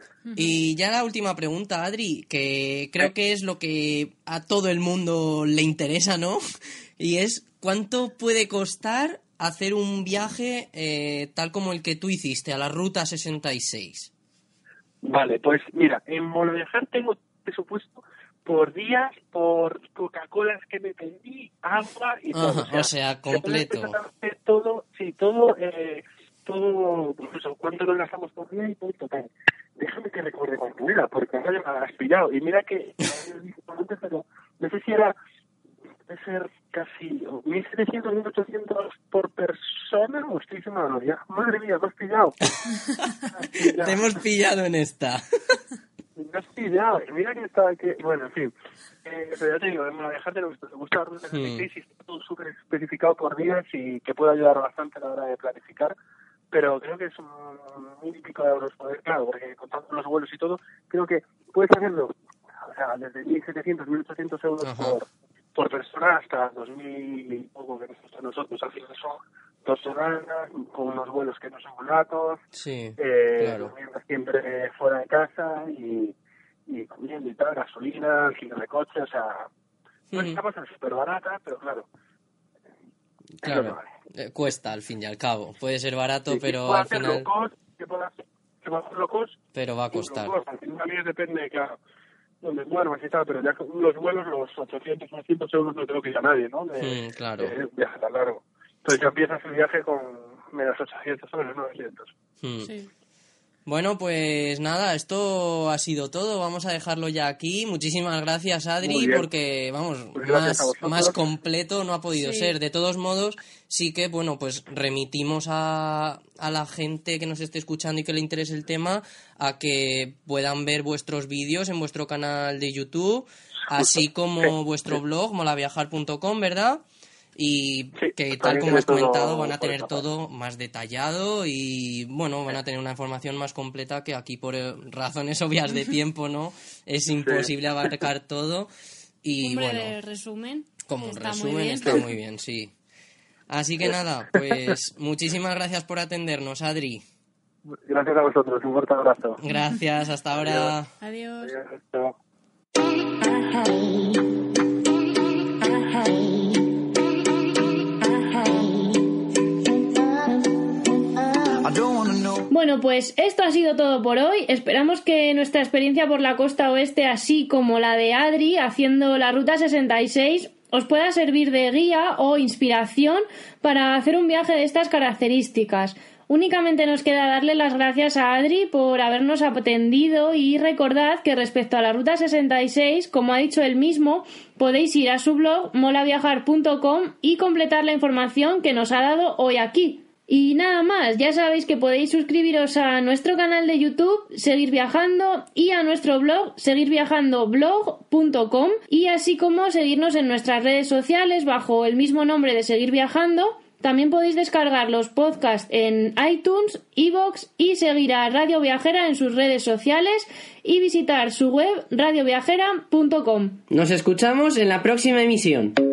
Y ya la última pregunta, Adri, que creo que es lo que a todo el mundo le interesa, ¿no? Y es, ¿cuánto puede costar hacer un viaje eh, tal como el que tú hiciste, a la Ruta sesenta y seis? Vale, pues mira, en Monoviajar tengo presupuesto por días, por Coca-Colas que me pedí, agua y todo. Ajá, o sea, se puede completo. exactamente todo, sí, todo, eh, todo, pues eso, cuánto nos gastamos por día y todo total. Déjame que recuerde cuánto era, porque ahora ya me has pillado. Y mira que, no lo dije antes, pero no sé si era, debe ser casi mil setecientos, mil ochocientos por persona, o estoy diciendo una ya. Madre mía, me has pillado. Te hemos pillado en esta. Me has pillado. Mira que estaba que, bueno, en fin. Eh, pero ya te digo, en viajar te gusta la ruta setenta y seis y está todo súper especificado por días y que puede ayudar bastante a la hora de planificar. Pero creo que es un mil y pico de euros poder, claro, porque contando los vuelos y todo, creo que puedes hacerlo, o sea, desde mil setecientos, mil ochocientos euros Ajá. por, por persona hasta dos mil y poco que nos cuesta a nosotros. Al final son dos semanas con unos vuelos que no son baratos, Sí, eh, claro. durmiendo siempre fuera de casa y, y comiendo y tal, gasolina, alquiler de coche, o sea, no es Ujú. una cosa súper barata, pero claro, es lo que Claro. vale. Eh, cuesta, al fin y al cabo. Puede ser barato, sí, pero que al final... Locos, que pueda hacer, que pueda hacer locos, pero va a costar. Locos, al final también depende, claro, donde duermas y tal, pero ya con los vuelos, los ochocientos, novecientos euros no tengo que ir a nadie, ¿no? De, mm, claro. de viaje tan largo. Entonces ya empiezas el viaje con menos ochocientos o menos novecientos. Mm. Sí. Bueno, pues nada, esto ha sido todo. Vamos a dejarlo ya aquí. Muchísimas gracias, Adri, porque, vamos, pues más, más completo no ha podido sí. ser. De todos modos, sí que, bueno, pues remitimos a, a la gente que nos esté escuchando y que le interese el tema a que puedan ver vuestros vídeos en vuestro canal de YouTube, así como sí. vuestro blog, molaviajar punto com, ¿verdad? Y sí, que tal como has comentado van a tener todo, todo más detallado y bueno, van a tener una información más completa que aquí por razones obvias de tiempo, ¿no? Es imposible sí. abarcar todo y Hombre, bueno, de resumen, como un está resumen muy está muy bien, sí. Así que nada, pues muchísimas gracias por atendernos, Adri. Gracias a vosotros, un fuerte abrazo. Gracias, hasta ahora. Adiós. Adiós. Adiós. Bueno, pues esto ha sido todo por hoy. Esperamos que nuestra experiencia por la costa oeste, así como la de Adri haciendo la Ruta sesenta y seis, os pueda servir de guía o inspiración para hacer un viaje de estas características. Únicamente nos queda darle las gracias a Adri por habernos atendido y recordad que respecto a la Ruta sesenta y seis, como ha dicho él mismo, podéis ir a su blog molaviajar punto com y completar la información que nos ha dado hoy aquí. Y nada más, ya sabéis que podéis suscribiros a nuestro canal de YouTube, Seguir Viajando, y a nuestro blog, seguir viajando blog punto com, y así como seguirnos en nuestras redes sociales bajo el mismo nombre de Seguir Viajando. También podéis descargar los podcasts en iTunes, iVoox y seguir a Radio Viajera en sus redes sociales y visitar su web radio viajera punto com. Nos escuchamos en la próxima emisión.